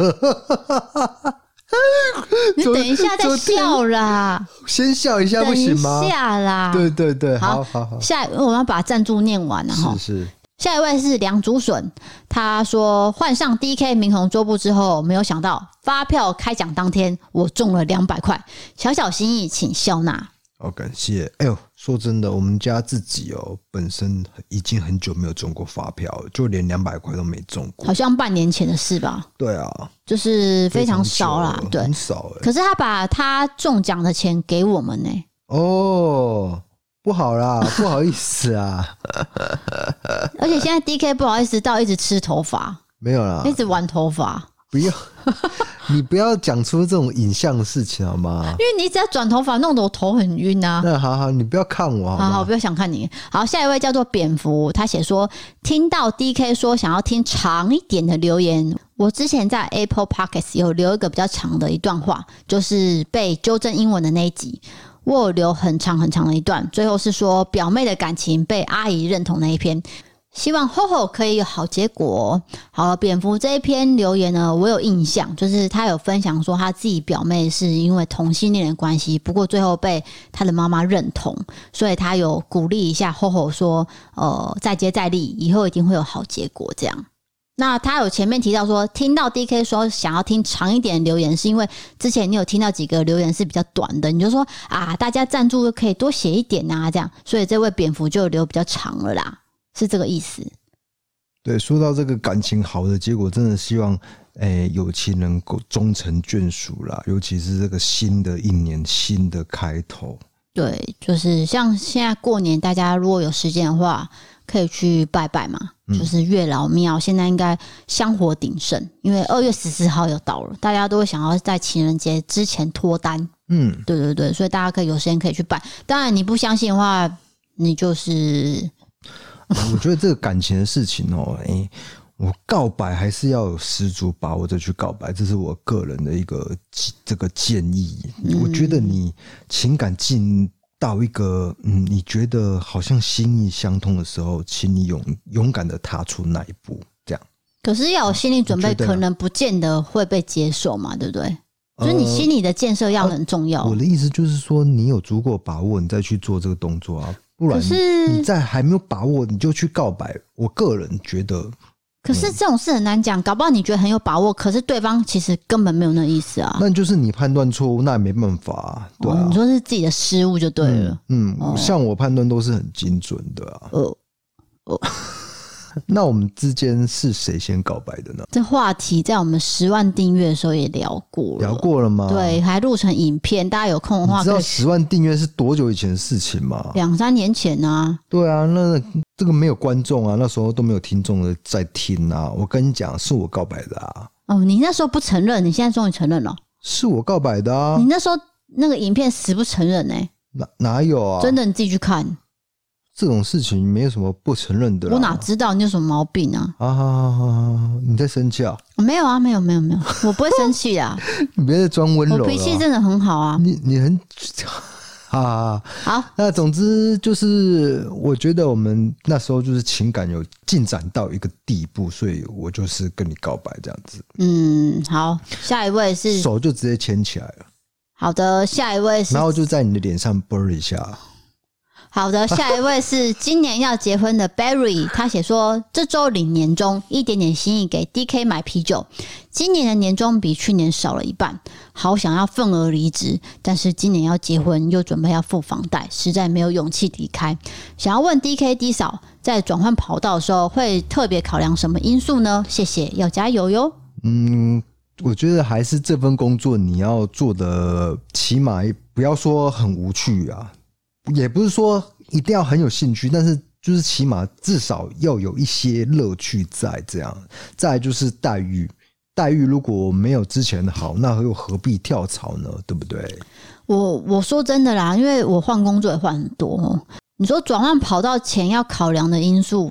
你等一下再笑啦， 先笑一下不行吗？ 等一下啦， 对，好。 下我们要把赞助念完了哈。 是。 下一位是梁竹笋，他说换上 DK 明红桌布之后，没有想到发票开奖当天我中了200块，小小心意请笑纳。 好，感谢。哎呦，说真的，我们家自己本身已经很久没有中过发票了，就连200块都没中过， 好像半年前的事吧？ 对啊， 就是非常少啦，对， 很少。 可是他把他中奖的钱给我们呢。 哦。不好啦，不好意思啊！ 而且现在 DK 不好意思到一直吃头发， 没有啦， 一直玩头发。 不要，你不要讲出这种影像的事情好吗？ 因为你只要转头发，弄得我头很晕啊。 那好，你不要看我好，不要想看你。好，下一位叫做蝙蝠，他写说听到 DK 说想要听长一点的留言。我之前在 Apple Podcast 有留一个比较长的一段话，就是被纠正英文的那一集。我有留很长很长的一段，最后是说表妹的感情被阿姨认同那一篇，希望 HoHo 可以有好结果。好了，蝙蝠这一篇留言呢，我有印象，就是他有分享说他自己表妹是因为同性恋的关系，不过最后被他的妈妈认同，所以他有鼓励一下 HoHo 说再接再厉，以后一定会有好结果这样。那他有前面提到说听到 DK 说想要听长一点的留言，是因为之前你有听到几个留言是比较短的，你就说啊大家赞助可以多写一点啊这样，所以这位蝙蝠就留比较长了啦，是这个意思。 对，说到这个感情好的结果，真的希望有情人够终成眷属啦，尤其是这个新的一年新的开头。 对，就是像现在过年大家如果有时间的话可以去拜拜嘛，就是月老庙现在应该香火鼎盛，因为2月14号又到了，大家都会想要在情人节之前脱单。对，所以大家可以有时间可以去拜。当然你不相信的话，你就是我觉得这个感情的事情我告白还是要有十足把握的去告白，这是我个人的一个这个建议。我觉得你情感进到一个你觉得好像心意相通的时候，请你勇敢的踏出那一步，这样。 可是要有心理准备，可能不见得会被接受嘛，对不对？就是你心理的建设要很重要。 我的意思就是说，你有足够把握，你再去做这个动作啊，不然你在还没有把握你就去告白，我个人觉得。 可是这种事很难讲，搞不好你觉得很有把握，可是对方其实根本没有那意思啊。 那就是你判断错误，那也没办法啊。对啊， 你说是自己的失误就对了。 像我判断都是很精准的啊。那我们之间是谁先告白的呢？这话题在我们10万订阅的时候也聊过了吗？对，还录成影片，大家有空的话。 你知道10万订阅是多久以前的事情吗 ？2-3年前啊。 对啊，那这个没有观众啊，那时候都没有听众的在听啊。我跟你讲，是我告白的啊。 你那时候不承认，你现在终于承认了。 是我告白的啊。 你那时候那个影片死不承认哪有啊？ 真的，你自己去看。 这种事情没有什么不承认的啦。 我哪知道你有什么毛病啊？ 你在生气啊？ 没有啊，没有，我不会生气啊。 你别再装温柔了。 我脾气真的很好啊。 你很好。那总之就是，我觉得我们那时候就是情感有进展到一个地步，所以我就是跟你告白这样子。 好，下一位是手就直接牵起来了。 好的，下一位是， 然后就在你的脸上啵一下。 好的，下一位是今年要结婚的 Barry， 他写说这周领年终，一点点心意给 DK 买啤酒。今年的年终比去年少了一半，好想要愤而离职，但是今年要结婚又准备要付房贷，实在没有勇气离开。想要问 DK 弟嫂，在转换跑道的时候会特别考量什么因素呢？谢谢，要加油哟。 我觉得还是这份工作你要做的，起码不要说很无趣啊。也不是说一定要很有兴趣，但是就是起码至少要有一些乐趣在这样。再来就是待遇如果没有之前的好，那又何必跳槽呢？对不对？ 我说真的啦，因为我换工作也换很多。你说转换跑道前要考量的因素，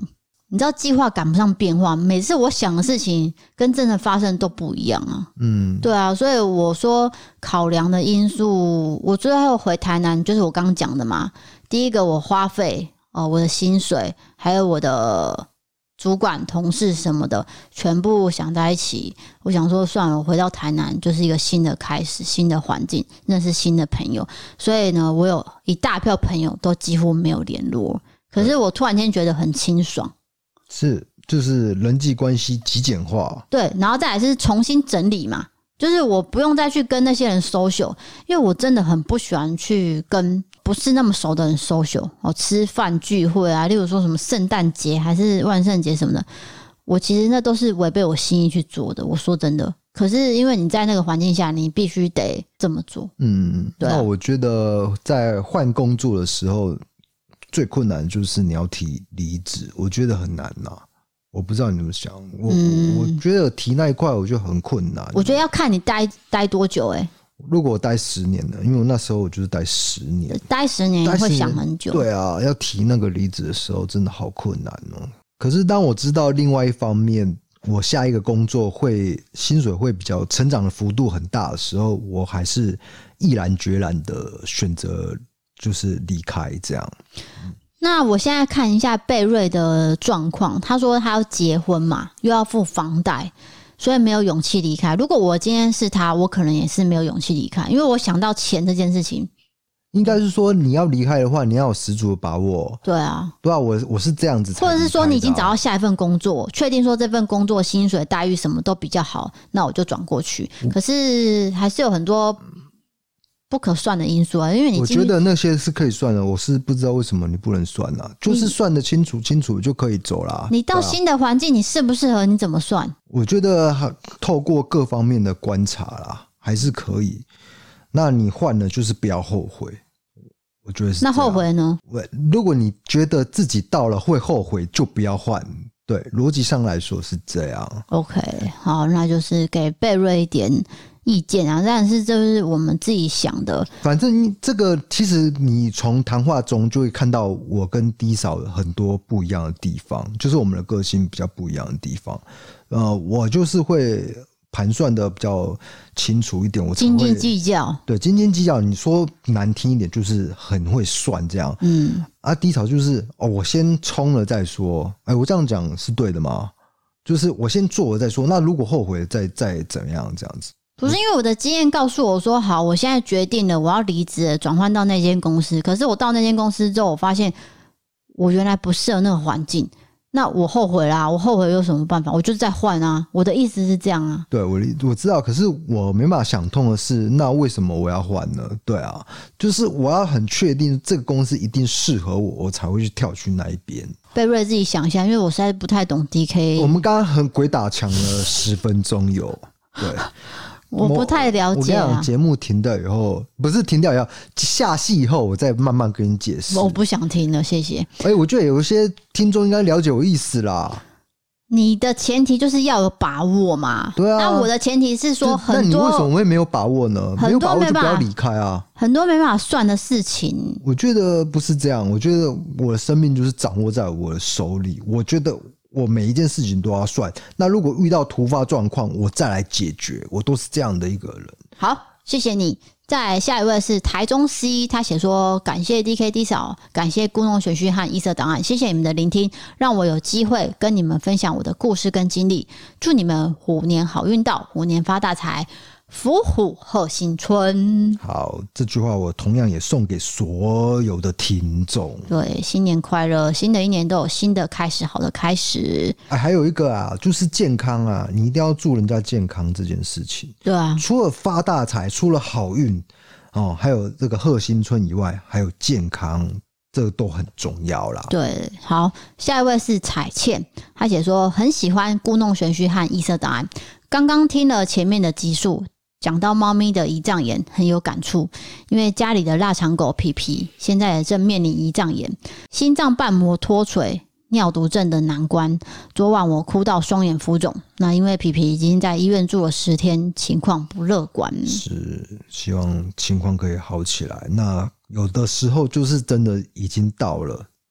你知道计划赶不上变化，每次我想的事情跟真的发生都不一样啊。对啊，所以我说考量的因素，我最后回台南就是我刚刚讲的嘛。第一个我花费我的薪水，还有我的主管同事什么的全部想在一起，我想说算了，我回到台南就是一个新的开始，新的环境，认识新的朋友，所以呢我有一大票朋友都几乎没有联络，可是我突然间觉得很清爽， 是就是人际关系极简化， 对，然后再来是重新整理嘛，就是我不用再去跟那些人 social， 因为我真的很不喜欢去跟不是那么熟的人 social 吃饭聚会啊，例如说什么圣诞节还是万圣节什么的，我其实那都是违背我心意去做的，我说真的。可是因为你在那个环境下，你必须得这么做。对啊， 那我觉得在换工作的时候最困难就是你要提离职，我觉得很难啊。我不知道你怎么想，我觉得提那一块我就很困难。 我觉得要看你待多久如果我待10年了，因为我那时候我就是待10年， 待10年会想很久。 对啊，要提那个离职的时候真的好困难哦。可是当我知道另外一方面，我下一个工作薪水会比较成长的幅度很大的时候，我还是毅然决然的选择就是离开这样。 那我现在看一下贝瑞的状况，他说他要结婚嘛，又要付房贷，所以没有勇气离开。如果我今天是他，我可能也是没有勇气离开，因为我想到钱这件事情。 应该是说你要离开的话，你要有十足的把握。 对啊， 对啊，我是这样子才离开的啊。 或者是说你已经找到下一份工作，确定说这份工作薪水待遇什么都比较好，那我就转过去。可是还是有很多不可算的因素啊，因为我觉得那些是可以算的，我是不知道为什么你不能算啊，就是算得清楚就可以走啦。 你到新的环境，你适不适合，你怎么算？ 我觉得透过各方面的观察啦，还是可以。那你换了就是不要后悔，我觉得是这样。 那后悔呢？ 如果你觉得自己到了会后悔，就不要换。对，逻辑上来说是这样。 OK， 好，那就是给贝瑞一点意见啊，但是这是我们自己想的。 反正这个其实你从谈话中就会看到我跟 D 嫂很多不一样的地方，就是我们的个性比较不一样的地方。我就是会盘算的比较清楚一点，我才会斤斤计较。对， 斤斤计较。你说难听一点，就是很会算这样。D 嫂就是我先冲了再说。我这样讲是对的吗？就是我先做了再说。那如果后悔再怎么样这样子？ 不是，因为我的经验告诉我说，好，我现在决定了，我要离职了，转换到那间公司。可是我到那间公司之后，我发现我原来不适合那个环境。那我后悔啦，我后悔有什么办法？我就是再换啊。我的意思是这样啊。 对，我知道，可是我没办法想通的是，那为什么我要换呢？对啊，就是我要很确定这个公司一定适合我，我才会去跳去那一边。 贝瑞自己想一下，因为我实在不太懂 DK。 我们刚刚很鬼打墙了10分钟有，对。 我不太了解啊。 我跟你讲，节目停掉以后，不是停掉以后，下戏以后，我再慢慢跟你解释。 我不想听了，谢谢。 我觉得有一些听众应该了解我意思啦。 你的前提就是要有把握嘛。 对啊。 那我的前提是说很多， 那你为什么会没有把握呢？没有把握就不要离开啊。 很多没办法算的事情， 我觉得不是这样。我觉得我的生命就是掌握在我的手里。我觉得我每一件事情都要算，那如果遇到突发状况，我再来解决，我都是这样的一个人。 好，谢谢你。再来下一位是台中 C， 他写说感谢 DK 嫂，感谢故弄玄虚和异色档案，谢谢你们的聆听，让我有机会跟你们分享我的故事跟经历。祝你们虎年好运到，虎年发大财，福虎贺新春。 好，这句话我同样也送给所有的听众。 对，新年快乐，新的一年都有新的开始，好的开始。 还有一个啊，就是健康啊，你一定要祝人家健康这件事情。 对啊， 除了发大财，除了好运还有这个贺新春以外，还有健康，这个都很重要啦。 对，好，下一位是彩倩，她写说很喜欢故弄玄虚和异色档案，刚刚听了前面的集数，讲到猫咪的胰脏炎很有感触，因为家里的腊肠狗皮皮现在也正面临胰脏炎，心脏瓣膜脱垂，尿毒症的难关。昨晚我哭到双眼浮肿，那因为皮皮已经在医院住了10天，情况不乐观。 是，希望情况可以好起来。那有的时候就是真的已经到了，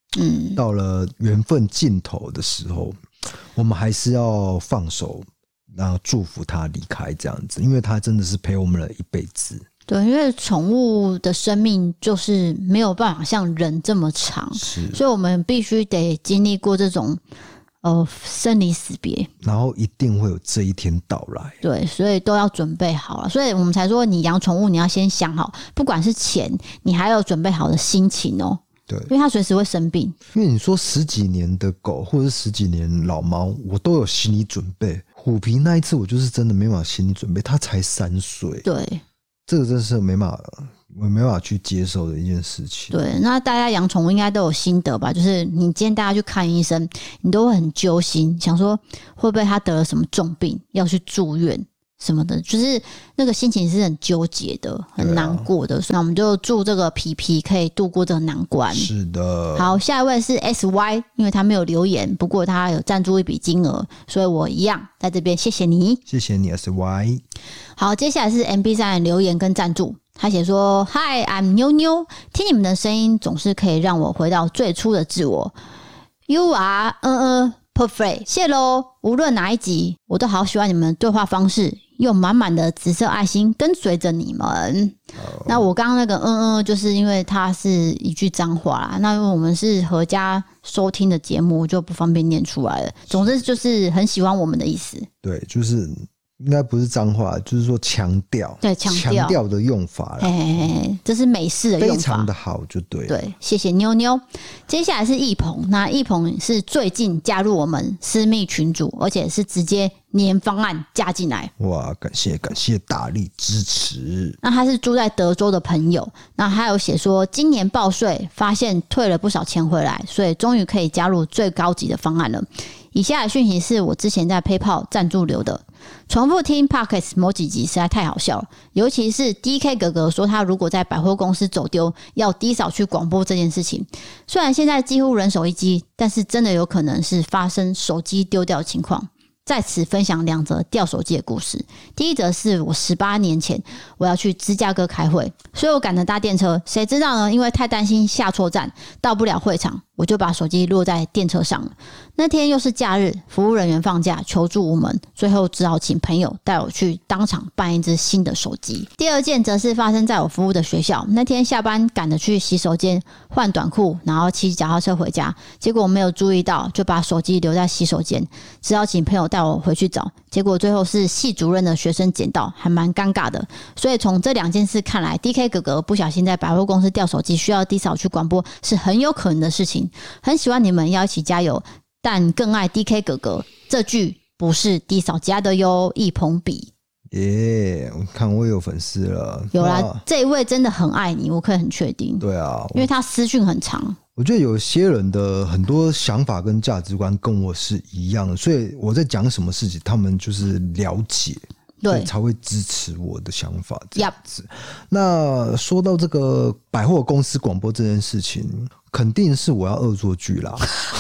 到了缘分尽头的时候，我们还是要放手，然后祝福他离开这样子，因为他真的是陪我们了一辈子。 对，因为宠物的生命就是没有办法像人这么长，所以我们必须得经历过这种生离死别， 然后一定会有这一天到来。 对，所以都要准备好了，所以我们才说你养宠物你要先想好，不管是钱，你还有准备好的心情哦。 对， 因为它随时会生病。 因为你说10几年的狗或者是10几年老猫，我都有心理准备。虎皮那一次我就是真的没办法心理准备，它才3岁。 对， 这个真是我没办法去接受的一件事情。 对，那大家养宠物应该都有心得吧？就是你今天带它去看医生，你都会很揪心，想说会不会它得了什么重病要去住院什么的，就是那个心情是很纠结的，很难过的。那我们就祝这个皮皮可以度过这个难关。 是的。 好，下一位是 SY， 因为他没有留言，不过他有赞助一笔金额，所以我一样在这边谢谢你， 谢谢你 SY。 好，接下来是 MB3 的留言跟赞助。他写说 Hi I'm 妞妞，听你们的声音总是可以让我回到最初的自我。You are perfect， 谢咯。无论哪一集我都好喜欢你们的对话方式，用满满的紫色爱心跟随着你们。那我刚刚那个就是因为它是一句脏话啦，那因为我们是合家收听的节目，就不方便念出来了。总之就是很喜欢我们的意思。 对，就是应该不是脏话，就是说强调， 对，强调的用法啦。 这是美式的用法， 非常的好，就对了。 对，谢谢妞妞。接下来是易鹏，那易鹏是最近加入我们私密群组，而且是直接年方案加进来。 哇，感谢大力支持。 那他是住在德州的朋友，那他有写说今年报税发现退了不少钱回来，所以终于可以加入最高级的方案了。以下的讯息是我之前在 PayPal 赞助留的。重复听 Podcast 某几集实在太好笑了，尤其是 DK 哥哥说他如果在百货公司走丢要低扫去广播这件事情。虽然现在几乎人手一机，但是真的有可能是发生手机丢掉的情况。在此分享2则掉手机的故事。第一则是我18年前我要去芝加哥开会，所以我赶着搭电车，谁知道呢？因为太担心下错站到不了会场，我就把手机落在电车上了。那天又是假日，服务人员放假求助无门，最后只好请朋友带我去当场办一只新的手机。第二件则是发生在我服务的学校，那天下班赶着去洗手间换短裤，然后骑脚踏车回家，结果我没有注意到，就把手机留在洗手间，只好请朋友带我回去找，结果最后是系主任的学生捡到，还蛮尴尬的。所以从这2件事看来， DK 哥哥不小心在百货公司掉手机需要低扫去广播是很有可能的事情。很喜欢你们，要一起加油，但更爱 DK 哥哥，这句不是低扫加的哟。一捧笔耶，我看我有粉丝了。 有啦，这一位真的很爱你，我可以很确定。 对啊， 因为他私讯很长。 我觉得有些人的很多想法跟价值观跟我是一样的，所以我在讲什么事情，他们就是了解，对，才会支持我的想法这样子。那说到这个百货公司广播这件事情，肯定是我要恶作剧啦。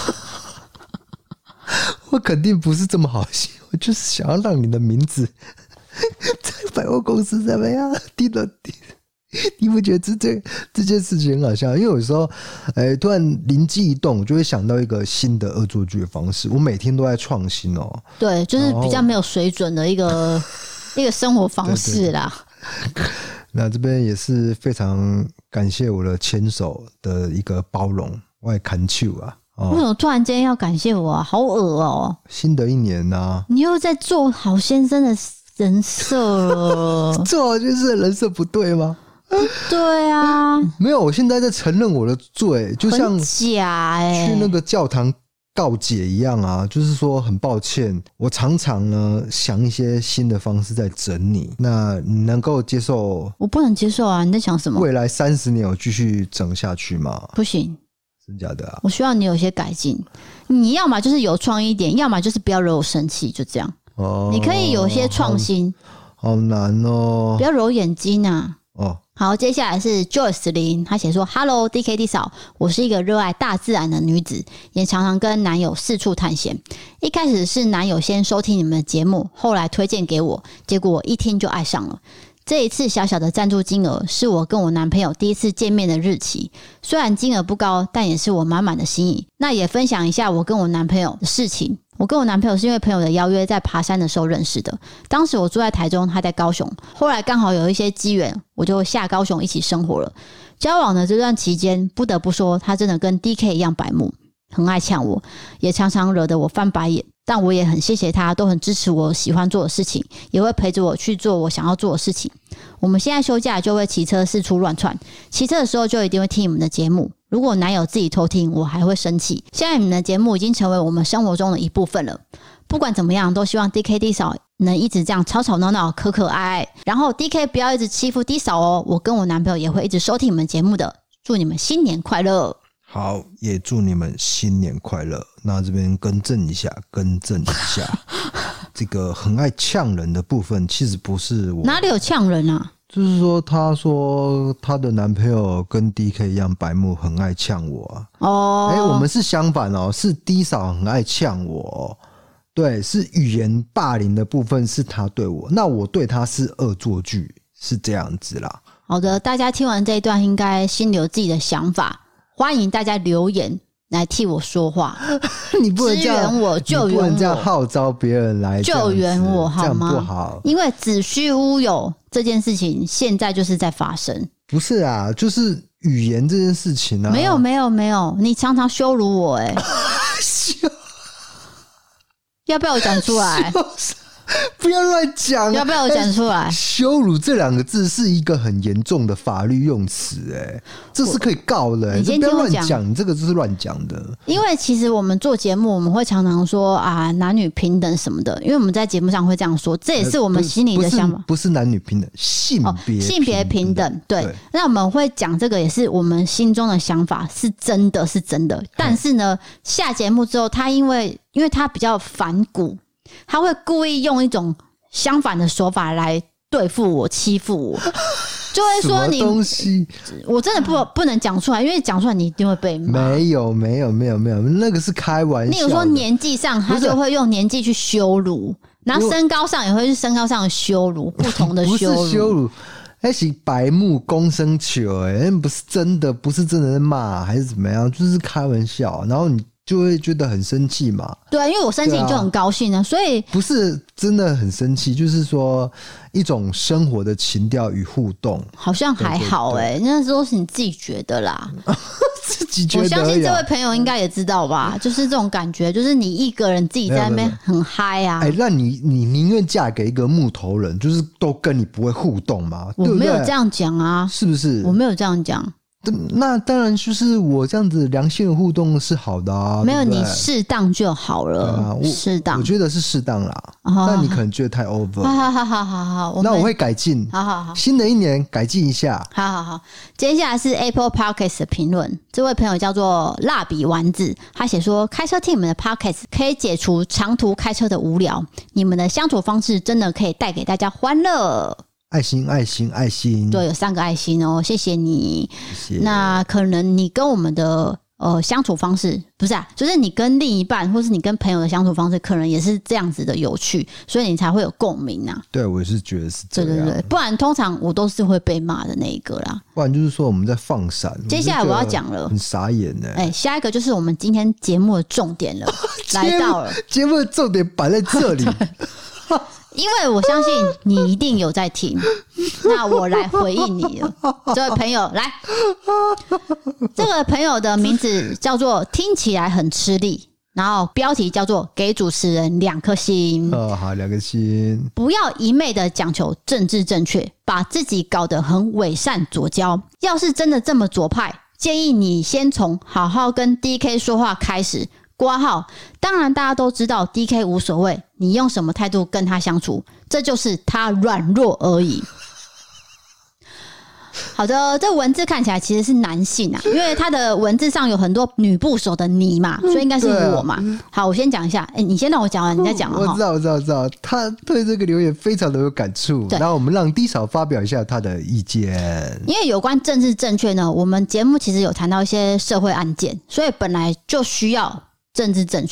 我肯定不是这么好心，我就是想要让你的名字在百货公司怎么样滴了滴。你不觉得这件事情很好笑？因为有时候，突然灵机一动，我就会想到一个新的恶作剧的方式。我每天都在创新哦。对， 就是比较没有水准的一个生活方式啦。 那这边也是非常感谢我的牵手的一个包容，我也砍球啊。 为什么突然间要感谢我啊？好恶哦！ 新的一年啊， 你又在做好先生的人设了。 做好先生的人设不对吗？ 对啊， 没有，我现在在承认我的罪，就像假去那个教堂告解一样啊，就是说很抱歉，我常常呢想一些新的方式在整你，那你能够接受？ 我不能接受啊！你在想什么？ 未来30年我继续整下去吗？ 不行， 真假的啊？ 我需要你有些改进，你要么就是有创意一点，要么就是不要惹我生气，就这样。哦，你可以有些创新。 好难哦！ 不要揉眼睛啊！ 哦。 好，接下来是 Joyce 林，她写说 Hello DK 弟嫂，我是一个热爱大自然的女子，也常常跟男友四处探险。一开始是男友先收听你们的节目，后来推荐给我，结果我一听就爱上了。 这一次小小的赞助金额是我跟我男朋友第一次见面的日期，虽然金额不高，但也是我满满的心意。那也分享一下我跟我男朋友的事情。我跟我男朋友是因为朋友的邀约在爬山的时候认识的，当时我住在台中，他在高雄，后来刚好有一些机缘，我就下高雄一起生活了。交往的这段期间，不得不说他真的跟 DK 一样白目，很爱呛我，也常常惹得我翻白眼，但我也很谢谢他，都很支持我喜欢做的事情，也会陪着我去做我想要做的事情。我们现在休假就会骑车四处乱窜，骑车的时候就一定会听你们的节目，如果男友自己偷听，我还会生气。现在你们的节目已经成为我们生活中的一部分了，不管怎么样，都希望 DK 嫂能一直这样吵吵闹闹、可可爱爱，然后 DK 不要一直欺负 D 嫂哦。我跟我男朋友也会一直收听你们节目的，祝你们新年快乐。 好，也祝你们新年快乐。那这边更正一下，这个很爱呛人的部分，其实不是我。 哪里有呛人啊？ 就是说，她说她的男朋友跟 DK 一样白目，很爱呛我啊。我们是相反哦，是 D 嫂很爱呛我哦。对，是语言霸凌的部分是他对我，那我对他是恶作剧，是这样子啦。 好的，大家听完这一段应该心里有自己的想法，欢迎大家留言来替我说话。 你不能这样， 支援我，救援我， 你不能这样号召别人来救援我好吗？ 这样不好，因为子虚乌有这件事情现在就是在发生。 不是啊，就是语言这件事情啊。 没有，你常常羞辱我要不要我讲出来？ 不要乱讲！ 要不要我讲出来？ 羞辱这两个字是一个很严重的法律用词，这是可以告的。 你先听我讲， 你这个就是乱讲的。 因为其实我们做节目，我们会常常说啊，男女平等什么的，因为我们在节目上会这样说，这也是我们心里的想法。 不是男女平等，性别平等。对，那我们会讲这个也是我们心中的想法，是真的。但是呢，下节目之后，他因为他比较反骨。他会故意用一种相反的手法来对付我、欺负我，就会说你东西， 我真的不能讲出来，因为讲出来你一定会被骂。 没有，那个是开玩笑的。 例如说年纪上，他就会用年纪去羞辱，然后身高上也会是身高上的羞辱，不同的羞辱。 不是羞辱，那是白目公生球，不是真的在骂还是怎么样，就是开玩笑，然后你就会觉得很生气嘛。对， 因为我生气你就很高兴啊，所以不是真的很生气，就是说一种生活的情调与互动， 好像还好那都是你自己觉得啦。 自己觉得， 我相信这位朋友应该也知道吧，就是这种感觉，就是你一个人自己在那边很嗨啊。 那你宁愿嫁给一个木头人，就是都跟你不会互动嘛？ 我没有这样讲啊， 是不是？ 我没有这样讲。 那当然，就是我这样子良性的互动是好的啊。 没有， 对对你适当就好了，适当。 我觉得是适当啦，但你可能觉得太 over。 好， 那我会改进。 好， 新的一年改进一下。 好，接下来是 Apple Podcast 的评论，这位朋友叫做蜡笔丸子，他写说：开车听你们的 Podcast 可以解除长途开车的无聊，你们的相处方式真的可以带给大家欢乐。 爱心， 对，有3个爱心哦，谢谢你。 谢谢。 那可能你跟我们的相处方式不是就是你跟另一半或是你跟朋友的相处方式，可能也是这样子的有趣，所以你才会有共鸣啊。 对，我也是觉得是这样。 对，不然通常我都是会被骂的那一个啦。 不然就是说我们在放闪。 接下来我要讲了， 很傻眼下一个就是我们今天节目的重点了，来到了节目的重点摆在这里。 因为我相信你一定有在听，那我来回应你了。这位朋友来，这个朋友的名字叫做听起来很吃力，然后标题叫做给主持人2颗星。 好，2颗星。 不要一昧的讲求政治正确，把自己搞得很伪善左交。要是真的这么左派，建议你先从好好跟 DK 说话开始。括号，当然大家都知道 DK 无所谓，你用什么态度跟他相处，这就是他软弱而已。好的，这文字看起来其实是男性啊，因为他的文字上有很多女部首的你嘛，所以应该是我嘛。好，我先讲一下，你先让我讲完，你再讲。 我知道，他对这个留言非常的有感触。然后我们让 D 嫂发表一下他的意见。 因为有关政治正确呢，我们节目其实有谈到一些社会案件，所以本来就需要政治正确。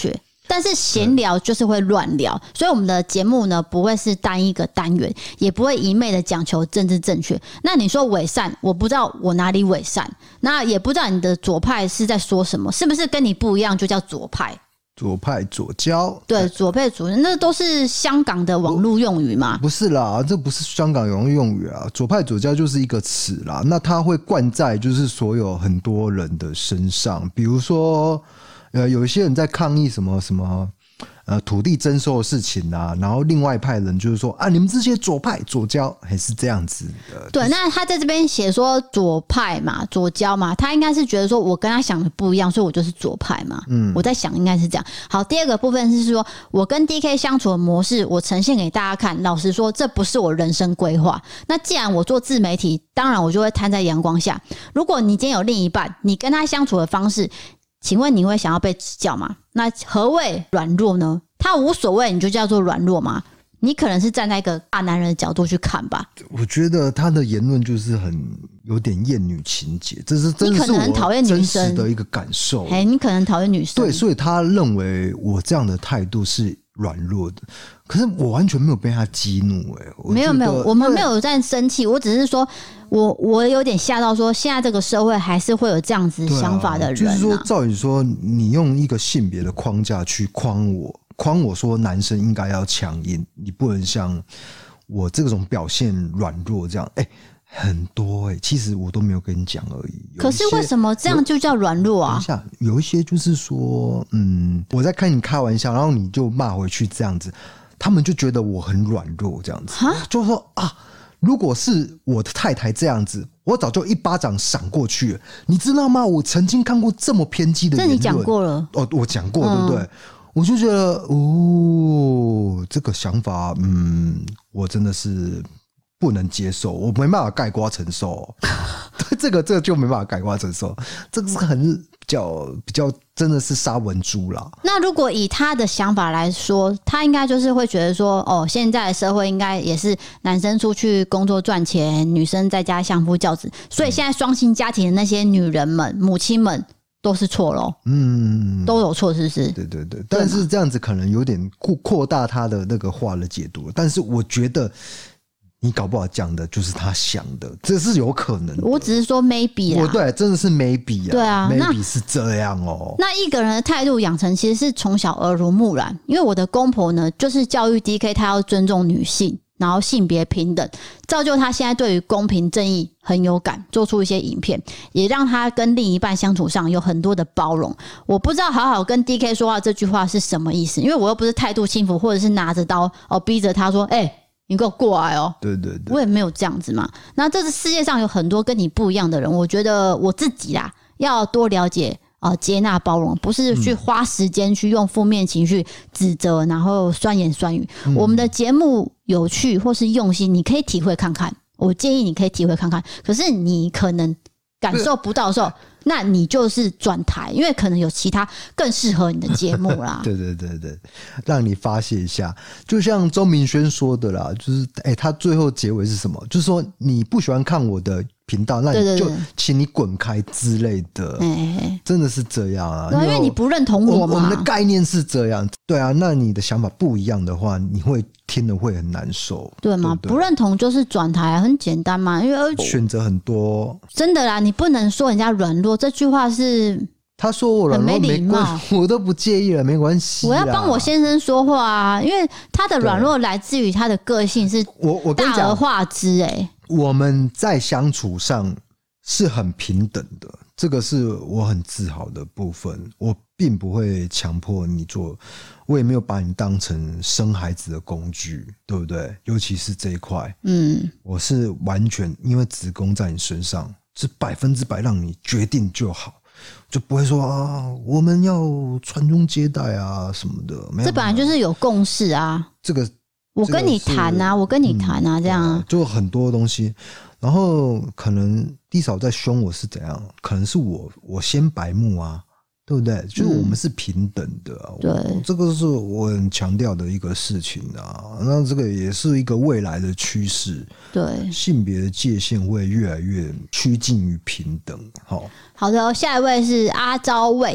但是闲聊就是会乱聊，所以我们的节目呢不会是单一个单元，也不会一昧的讲求政治正确。那你说伪善，我不知道我哪里伪善，那也不知道你的左派是在说什么，是不是跟你不一样就叫左派？ 左派左交， 对，左派左，那都是香港的网络用语嘛？ 不是啦，这不是香港用语啊。左派左交就是一个词啦，那它会灌在就是所有很多人的身上，比如说有一些人在抗议什么什么土地征收的事情啊，然后另外一派人就是说啊，你们这些左派左交还是这样子的。 对，那他在这边写说左派嘛，左交嘛，他应该是觉得说我跟他想的不一样，所以我就是左派嘛。我在想应该是这样。好，第二个部分是说我跟 DK 相处的模式，我呈现给大家看。老实说，这不是我人生规划。那既然我做自媒体，当然我就会摊在阳光下。如果你今天有另一半，你跟他相处的方式，请问你会想要被指教吗？那何谓软弱呢？他无所谓，你就叫做软弱吗？你可能是站在一个大男人的角度去看吧。 我觉得他的言论就是很有点厌女情节，这是真的是我真实的一个感受。 你可能讨厌女生， 对，所以他认为我这样的态度是软弱的，可是我完全没有被他激怒。 没有，我们没有在生气，我只是说我有点吓到说现在这个社会还是会有这样子想法的人就是说照理说你用一个性别的框架去框我说男生应该要强硬，你不能像我这种表现软弱这样。很多其实我都没有跟你讲而已。 可是为什么这样就叫软弱啊？ 等一下，有一些就是说我在跟你开玩笑，然后你就骂回去这样子，他们就觉得我很软弱这样子，就说啊，如果是我的太太这样子，我早就一巴掌闪过去了，你知道吗？我曾经看过这么偏激的言论。 这你讲过了我讲过，对不对？我就觉得这个想法我真的是不能接受，我没办法概括承受。这个就没办法概括承受，这个是很比较真的是沙文猪啦。 那如果以他的想法来说，他应该就是会觉得说现在的社会应该也是男生出去工作赚钱，女生在家相夫教子，所以现在双薪家庭的那些女人们母亲们都是错咯，都有错，是不是？ 对对对，但是这样子可能有点扩大他的那个话的解读，但是我觉得你搞不好讲的就是他想的，这是有可能的。 我只是说 maybe 啦， 对，真的是 maybe 啊， 对啊 ，maybe 是这样哦。 那一个人的态度养成其实是从小耳濡目染，因为我的公婆呢，就是教育 DK 他要尊重女性。然后性别平等，造就他现在对于公平正义很有感，做出一些影片，也让他跟另一半相处上有很多的包容。我不知道好好跟 DK 说话这句话是什么意思，因为我又不是态度轻浮，或者是拿着刀逼着他说你给我过来哦。 对对对， 我也没有这样子嘛。那这是世界上有很多跟你不一样的人，我觉得我自己啦要多了解接纳包容，不是去花时间去用负面情绪指责，然后酸言酸语。我们的节目有趣或是用心，你可以体会看看，我建议你可以体会看看。可是你可能感受不到的时候，那你就是转台，因为可能有其他更适合你的节目啦。 对对对对，让你发泄一下。就像周明轩说的啦，就是他最后结尾是什么？就是说你不喜欢看我的频道，那你就请你滚开之类的。真的是这样啊， 因为你不认同我嘛。 我们的概念是这样，对啊，那你的想法不一样的话，你会听了会很难受， 对吗？对对，不认同就是转台，很简单嘛。因为选择很多， 真的啦，你不能说人家软弱，这句话是他说我软弱没礼貌， 我都不介意了，没关系。 我要帮我先生说话啊，因为他的软弱来自于他的个性是大而化之。 我们在相处上是很平等的，这个是我很自豪的部分。我并不会强迫你做，我也没有把你当成生孩子的工具，对不对？尤其是这一块，我是完全因为子宫在你身上，是100%让你决定就好，就不会说我们要传宗接代啊什么的。没有， 这本来就是有共识啊。 这个我跟你谈啊，我跟你谈啊，这样啊， 就很多东西。然后可能弟嫂在凶我是怎样？可能是我先白目啊，对不对？就是我们是平等的啊。 对， 这个是我很强调的一个事情啊。那这个也是一个未来的趋势。 对， 性别的界限会越来越趋近于平等。好的，下一位是阿昭卫的。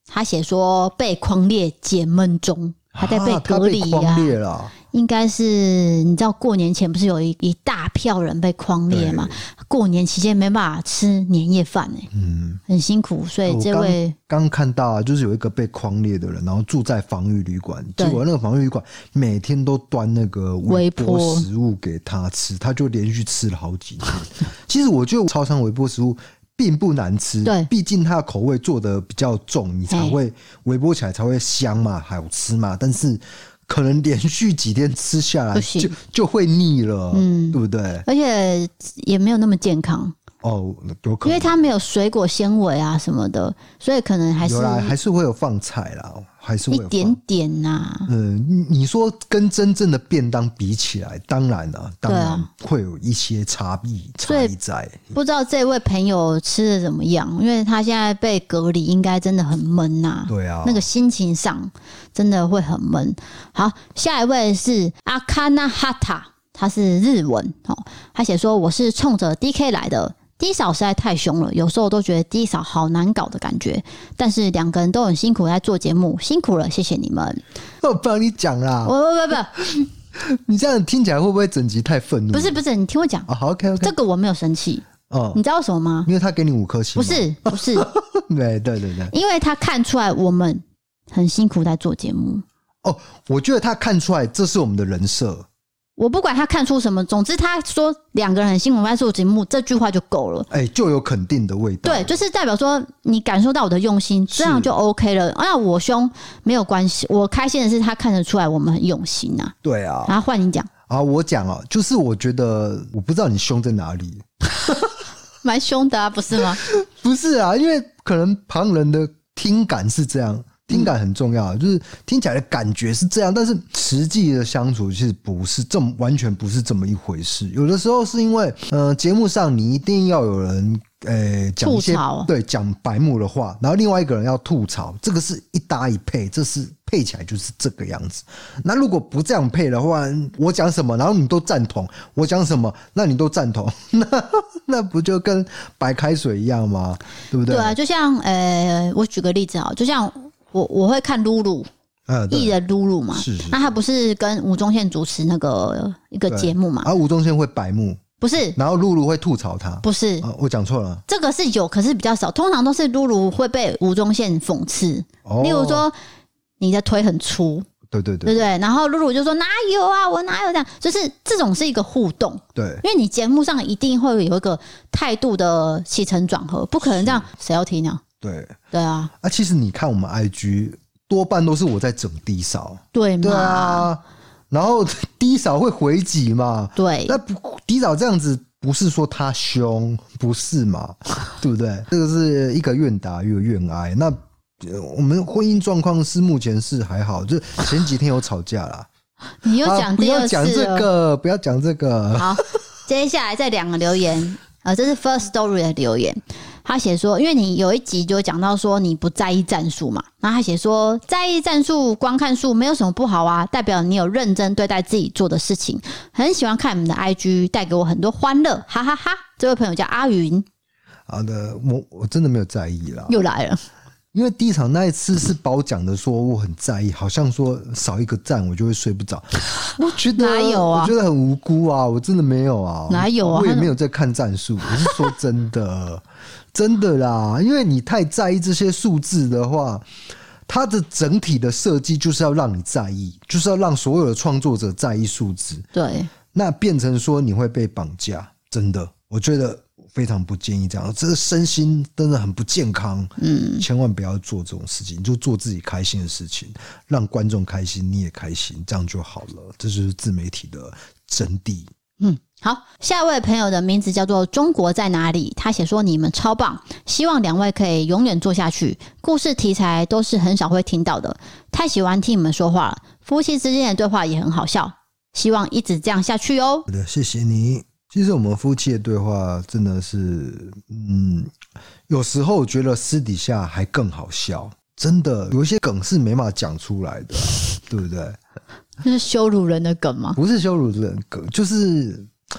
他写说被匡列解闷中，还在被隔离他被匡列了。 应该是你知道过年前不是有一大票人被匡列嘛？过年期间没办法吃年夜饭很辛苦，所以这位刚看到啊，就是有一个被匡列的人，然后住在防疫旅馆，结果那个防疫旅馆每天都端那个微波食物给他吃，他就连续吃了好几天。其实我觉得超商微波食物并不难吃， 对， 毕竟它的口味做的比较重，你才会微波起来才会香嘛，好吃嘛。但是可能连续几天吃下来就会腻了，对不对？ 而且也没有那么健康哦，有可能， 因为它没有水果纤维啊什么的，所以可能还是会有放菜啦，还是会有一点点呐。 你说跟真正的便当比起来，当然了，当然会有一些差异在。 不知道这位朋友吃的怎么样，因为他现在被隔离，应该真的很闷呐。 对啊， 那个心情上真的会很闷。好，下一位是阿卡纳哈塔，他是日文他写说我是冲着 DK 来的。D 嫂实在太凶了，有时候都觉得 D 嫂好难搞的感觉。但是两个人都很辛苦在做节目，辛苦了，谢谢你们。 我帮你讲啦， 不， 你这样听起来会不会整集太愤怒？ 不是，你听我讲。 好 ，OK， 这个我没有生气。你知道为什么吗？ 因为他给你5颗星。 不是， 对， 因为他看出来我们很辛苦在做节目。 我觉得他看出来这是我们的人设。 我不管他看出什么，总之他说两个人很辛苦在做节目，这句话就够了。 就有肯定的味道。 对，就是代表说你感受到我的用心，这样就 OK 了。那我凶没有关系，我开心的是他看得出来我们很用心啊。 对啊， 然后换你讲啊，我讲啊，就是我觉得我不知道你凶在哪里， 蛮凶的啊，不是吗？ 不是啊，因为可能旁人的听感是这样。听感很重要，就是听起来的感觉是这样，但是实际的相处其实不是这么，完全不是这么一回事。有的时候是因为节目上你一定要有人讲一些对讲白目的话，然后另外一个人要吐槽，这个是一搭一配，这是配起来就是这个样子。那如果不这样配的话，我讲什么然后你都赞同，我讲什么那你都赞同，那不就跟白开水一样吗？对不对？ 对啊，就像我举个例子啊，就像我会看露露，艺人露露嘛， 是那他不是跟吴宗宪主持那个一个节目嘛？ 吴宗宪会白目， 不是， 然后露露会吐槽他， 不是， 我讲错了， 这个是有，可是比较少，通常都是露露会被吴宗宪讽刺，例如说你的腿很粗。对不对？然后露露就说哪有啊，我哪有这样，就是这种是一个互动， 对， 因为你节目上一定会有一个态度的起承转合，不可能这样，谁要听啊？对啊， 其实你看我们 IG 多半都是我在整D嫂，对啊，然后D嫂会回击嘛， 对， 那D嫂这样子不是说他凶，不是嘛，对不对？这个是一个愿打一个愿挨，那。我们婚姻状况是目前是还好，就前几天有吵架啦。 你又讲第二次了， 不要讲这个。 好，接下来再2个留言，这是 First Story 的留言。他写说，因为你有一集就讲到说你不在意战术嘛，然后他写说在意战术、观看数没有什么不好啊，代表你有认真对待自己做的事情。很喜欢看你们的 IG， 带给我很多欢乐，哈哈哈。这位朋友叫阿云。 好的，我真的没有在意啦， 又来了。 因为第一场那一次是把我讲的说我很在意，好像说少一个赞我就会睡不着。我觉得哪有啊？ 我觉得很无辜啊，我真的没有啊， 哪有啊？ 我也没有在看战术，我是说真的，真的啦。因为你太在意这些数字的话，它的整体的设计就是要让你在意，就是要让所有的创作者在意数字。 对， 那变成说你会被绑架，真的，我觉得。非常不建议这样，这个身心真的很不健康。千万不要做这种事情，就做自己开心的事情，让观众开心，你也开心，这样就好了。这就是自媒体的真谛。 好，下一位朋友的名字叫做中国在哪里？他写说你们超棒，希望2位可以永远做下去。故事题材都是很少会听到的，太喜欢听你们说话了。夫妻之间的对话也很好笑，希望一直这样下去哦。 好的，谢谢你。其实我们夫妻的对话真的是，有时候我觉得私底下还更好笑，真的有一些梗是没办法讲出来的，对不对？ 这是羞辱人的梗吗？ 不是羞辱人的梗，就是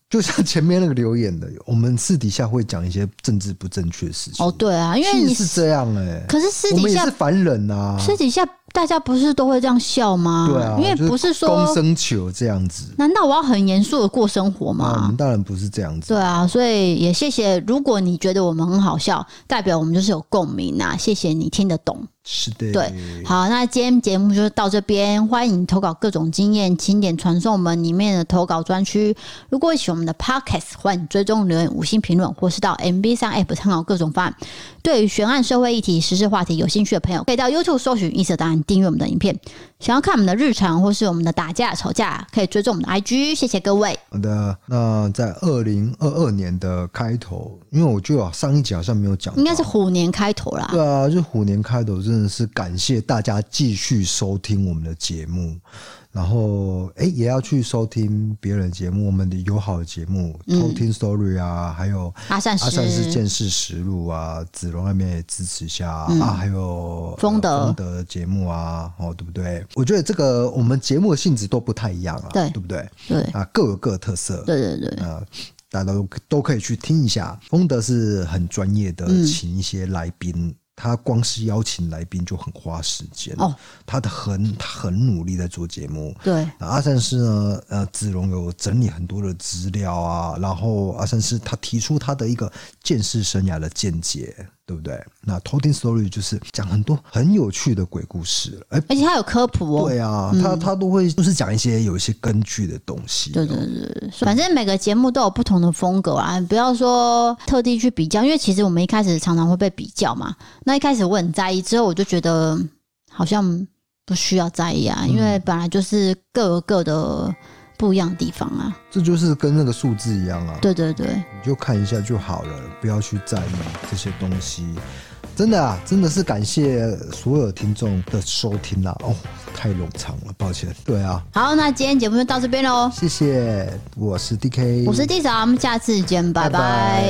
就像前面那个留言的，我们私底下会讲一些政治不正确的事情。 哦，对啊，因为你是这样可是私底下我们也是凡人啊， 私底下大家不是都会这样笑吗？ 对啊， 因为不是说公生球这样子。 难道我要很严肃的过生活吗？ 我们当然不是这样子。 对啊，所以也谢谢，如果你觉得我们很好笑，代表我们就是有共鸣啊，谢谢你听得懂。 是的， 对，好，那今天节目就到这边，欢迎投稿各种经验，请点传送门里面的投稿专区。如果喜欢我们的 Podcast， 欢迎追踪留言、5星评论，或是到 MB3 App 参考各种方案。对于悬案、社会议题、时事话题有兴趣的朋友，可以到 YouTube 搜寻异色档案，订阅我们的影片。想要看我们的日常或是我们的打架、吵架，可以追踪我们的 IG。谢谢各位。 好的，那在2022年的开头，因为我觉得上一集好像没有讲到， 应该是虎年开头啦。 对啊，就虎年开头，真的是感谢大家继续收听我们的节目。然后也要去收听别人的节目，我们的友好的节目偷听 story 啊，还有阿善师见识实录啊，子龙那边也支持一下啊，还有丰德的节目啊，对不对？我觉得这个我们节目的性质都不太一样啊，对不对？ 对啊，各有各的特色， 对大家都可以去听一下。丰德是很专业的，请一些来宾。他光是邀请来宾就很花时间他很努力在做节目。 对， 阿善师呢，子龙有整理很多的资料啊，然后阿善师他提出他的一个见识生涯的见解，对不对？那偷听 story 就是讲很多很有趣的鬼故事，而且他有科普对啊，他都会就是讲有一些根据的东西。 对，反正每个节目都有不同的风格啊，不要说特地去比较，因为其实我们一开始常常会被比较嘛。那一开始我很在意，之后我就觉得好像不需要在意啊，因为本来就是各有各的不一样的地方啊。 这就是跟那个数字一样啊。 对， 你就看一下就好了，不要去在意这些东西。真的是感谢所有听众的收听啦。太冗长了，抱歉。对啊， 好，那今天节目就到这边咯。 谢谢，我是 DK， 我是 D 嫂，我们下次见，拜拜。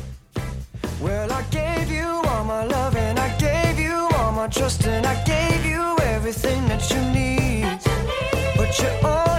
Well, I gave you all my love and I gave you all my trust and I gave you everything that you need. But you're